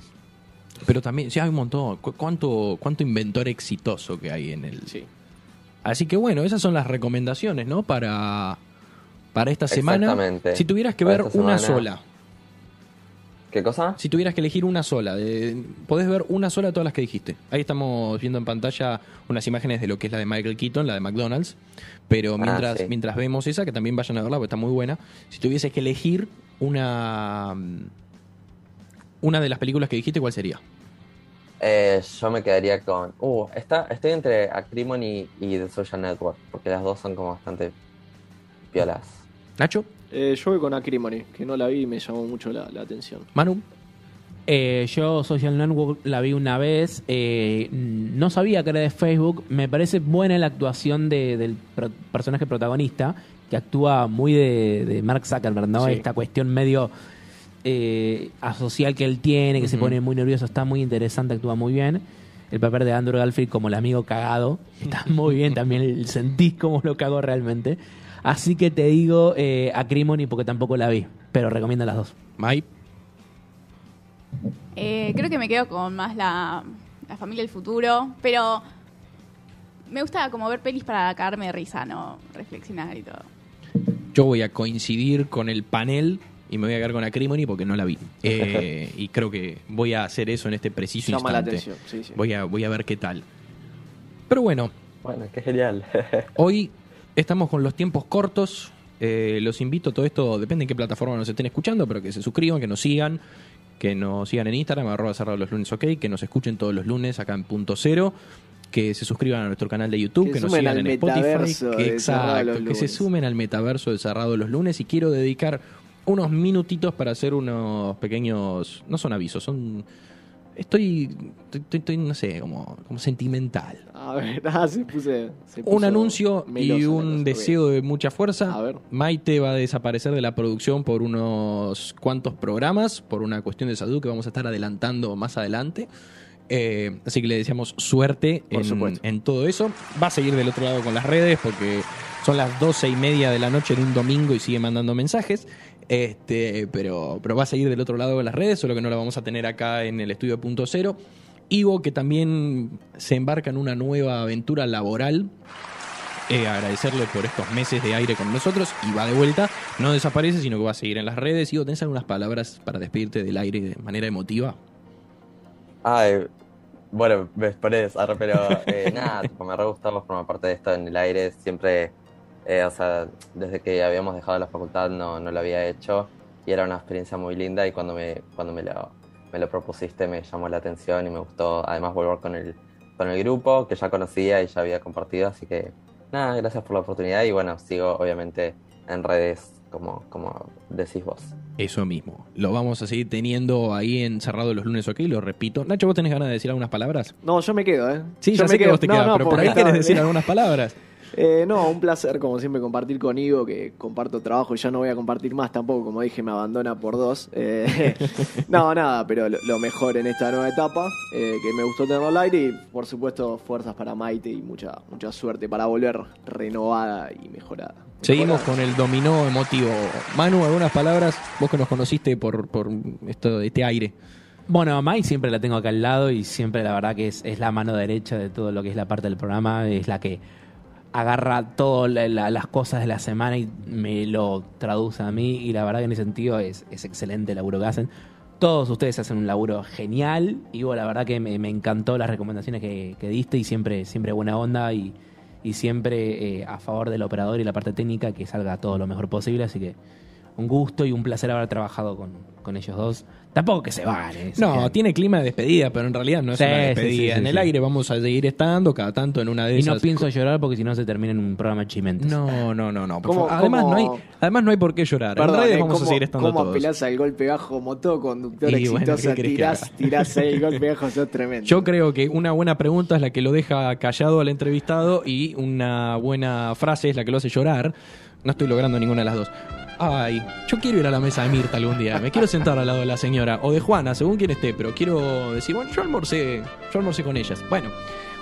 Pero también, sí, hay un montón. Cu- ¿Cuánto, cuánto inventor exitoso que hay en el. Sí. Así que bueno, esas son las recomendaciones, ¿no? Para, para esta semana. Exactamente. Si tuvieras que Para ver esta una semana. sola. ¿Qué cosa? Si tuvieras que elegir una sola, de, podés ver una sola de todas las que dijiste. Ahí estamos viendo en pantalla unas imágenes de lo que es la de Michael Keaton, la de McDonald's. Pero mientras, Ah, sí. mientras vemos esa, que también vayan a verla porque está muy buena. Si tuvieses que elegir una, una de las películas que dijiste, ¿cuál sería? Eh, yo me quedaría con... Uh, está, estoy entre Acrimony y The Social Network, porque las dos son como bastante piolas. ¿Nacho? Eh, yo voy con Acrimony, que no la vi y me llamó mucho la, la atención. ¿Manu? Eh, yo Social Network la vi una vez, eh, no sabía que era de Facebook, me parece buena la actuación de, del pro- personaje protagonista, que actúa muy de, de Mark Zuckerberg, ¿no? Sí. Esta cuestión medio eh, asocial que él tiene, que se Ujú. pone muy nervioso, está muy interesante, actúa muy bien. El papel de Andrew Garfield como el amigo cagado, está muy bien, también sentís cómo lo cagó realmente. Así que te digo eh, Acrimony porque tampoco la vi, pero recomiendo las dos. ¿Mai? Eh, creo que me quedo con más la, la familia del futuro, pero me gusta como ver pelis para cagarme de risa, no reflexionar y todo. Yo voy a coincidir con el panel y me voy a quedar con Acrimony porque no la vi. Eh, y creo que voy a hacer eso en este preciso Llama la instante. atención, sí, sí. Voy a, voy a ver qué tal. Pero bueno, Bueno, qué genial. hoy estamos con los tiempos cortos. Eh, los invito, todo esto depende en qué plataforma nos estén escuchando, pero que se suscriban, que nos sigan, que nos sigan en Instagram, arroba cerrado los lunes, ok, que nos escuchen todos los lunes acá en Punto Cero, que se suscriban a nuestro canal de YouTube, que, Que nos sumen sigan al en Spotify, metaverso que, de Cerrado exacto, los que se Lunes. sumen al metaverso de Cerrado los lunes. Y quiero dedicar unos minutitos para hacer unos pequeños, no son avisos, son... Estoy, estoy, estoy, no sé, como, como sentimental. A ver, ah, se puse, se puso Un anuncio melosa y la un cosa, ok. deseo de mucha fuerza. A ver. Maite va a desaparecer de la producción por unos cuantos programas, por una cuestión de salud que vamos a estar adelantando más adelante. Eh, así que le deseamos suerte Por en, supuesto. en todo eso. Va a seguir del otro lado con las redes porque son las doce y media de la noche en un domingo y sigue mandando mensajes. Este, pero, pero va a seguir del otro lado de las redes, solo que no la vamos a tener acá en el estudio Punto Cero. Ivo, que también se embarca en una nueva aventura laboral. Eh, agradecerle por estos meses de aire con nosotros y va de vuelta, no desaparece, sino que va a seguir en las redes. Ivo, ¿tenés algunas palabras para despedirte del aire de manera emotiva? Ay, bueno, me expones, arre, pero eh, nada, tipo, me re gustaba formar parte de esto en el aire. Siempre, eh, o sea, desde que habíamos dejado la facultad no, no lo había hecho y era una experiencia muy linda y cuando me, cuando me lo, me lo propusiste me llamó la atención y me gustó además volver con el, con el grupo que ya conocía y ya había compartido, así que nada, gracias por la oportunidad y bueno, sigo obviamente en redes como, como decís vos. Eso mismo. Lo vamos a seguir teniendo ahí encerrado los lunes, ok, lo repito. Nacho, ¿vos tenés ganas de decir algunas palabras? No, yo me quedo, ¿eh? Sí, yo ya me sé que quedo. vos te No, quedás, no, pero por porque ahí querés estaba- decir algunas palabras. Eh, no, un placer como siempre compartir con Ivo, que comparto trabajo y ya no voy a compartir más tampoco, como dije, me abandona por dos. Eh, no, nada, pero lo, lo mejor en esta nueva etapa, eh, que me gustó tenerlo al aire y por supuesto fuerzas para Maite y mucha, mucha suerte para volver renovada y mejorada. Seguimos con el dominó emotivo. Manu, algunas palabras, vos que nos conociste por, por esto, este aire. Bueno, a Mai siempre la tengo acá al lado y siempre la verdad que es, es la mano derecha de todo lo que es la parte del programa, es la que agarra todas la, la, las cosas de la semana y me lo traduce a mí y la verdad que en ese sentido es, es excelente el laburo que hacen. Todos ustedes hacen un laburo genial y bueno, la verdad que me, me encantó las recomendaciones que, que diste y siempre, siempre buena onda y, y siempre eh, a favor del operador y la parte técnica que salga todo lo mejor posible, así que un gusto y un placer haber trabajado con, con ellos dos. Tampoco que se van, ¿eh? No, Se- tiene clima de despedida, pero en realidad no es Sí, una sí, despedida. sí, sí, en el sí. aire vamos a seguir estando cada tanto en una de Y esas. no pienso llorar porque si no se termina en un programa de chimentes. No, no, no, no. por ¿Cómo- favor. Además, cómo- no hay, además no hay por qué llorar. Perdón, en redes eh, vamos a ¿cómo- seguir estando ¿Cómo todos. apelás al golpe bajo como todo conductor Y bueno, exitosa? ¿qué querés que tirás, haga? tirás ahí el golpe bajo, sos tremendo. Yo creo que una buena pregunta es la que lo deja callado al entrevistado y una buena frase es la que lo hace llorar. No estoy logrando ninguna de las dos. Ay, yo quiero ir a la mesa de Mirta algún día. Me quiero sentar al lado de la señora o de Juana, según quien esté, pero quiero decir, bueno, yo almorcé, yo almorcé con ellas. Bueno,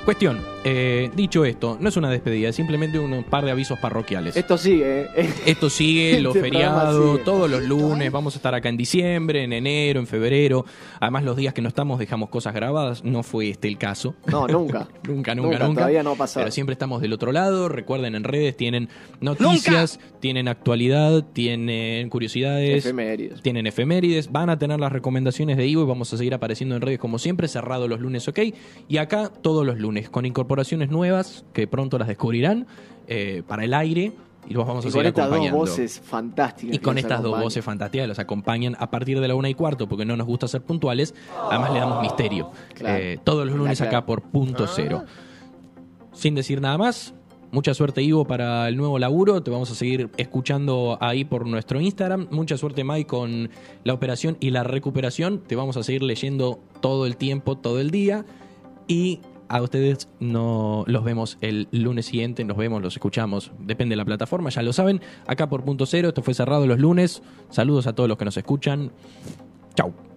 Cuestión, eh, dicho esto, no es una despedida, es simplemente un par de avisos parroquiales. Esto sigue, ¿eh? Esto sigue, los Este programa feriados, sigue. todos los lunes, vamos a estar acá en diciembre, en enero, en febrero. Además, los días que no estamos dejamos cosas grabadas, no fue este el caso. No, nunca. Nunca, nunca, Nunca, nunca. todavía no ha pasado. Pero siempre estamos del otro lado. Recuerden, en redes tienen noticias, tienen actualidad, tienen curiosidades, Efemérides. tienen efemérides. Van a tener las recomendaciones de Ivo y vamos a seguir apareciendo en redes como siempre, cerrado los lunes, ok. Y acá todos los lunes, con incorporaciones nuevas que pronto las descubrirán eh, para el aire. Y los vamos a Y seguir con estas dos acompañando. voces fantásticas. Y que con nos estas dos acompañan. voces fantásticas los acompañan a partir de la una y cuarto, porque no nos gusta ser puntuales. Además le damos misterio. Claro. Eh, todos los lunes La clave. acá por Punto Cero. Sin decir nada más, mucha suerte, Ivo, para el nuevo laburo. Te vamos a seguir escuchando ahí por nuestro Instagram. Mucha suerte, Mike, con la operación y la recuperación. Te vamos a seguir leyendo todo el tiempo, todo el día. Y a ustedes no los vemos el lunes siguiente. Nos vemos, los escuchamos. Depende de la plataforma, ya lo saben. Acá por Punto Cero. Esto fue cerrado los lunes. Saludos a todos los que nos escuchan. Chau.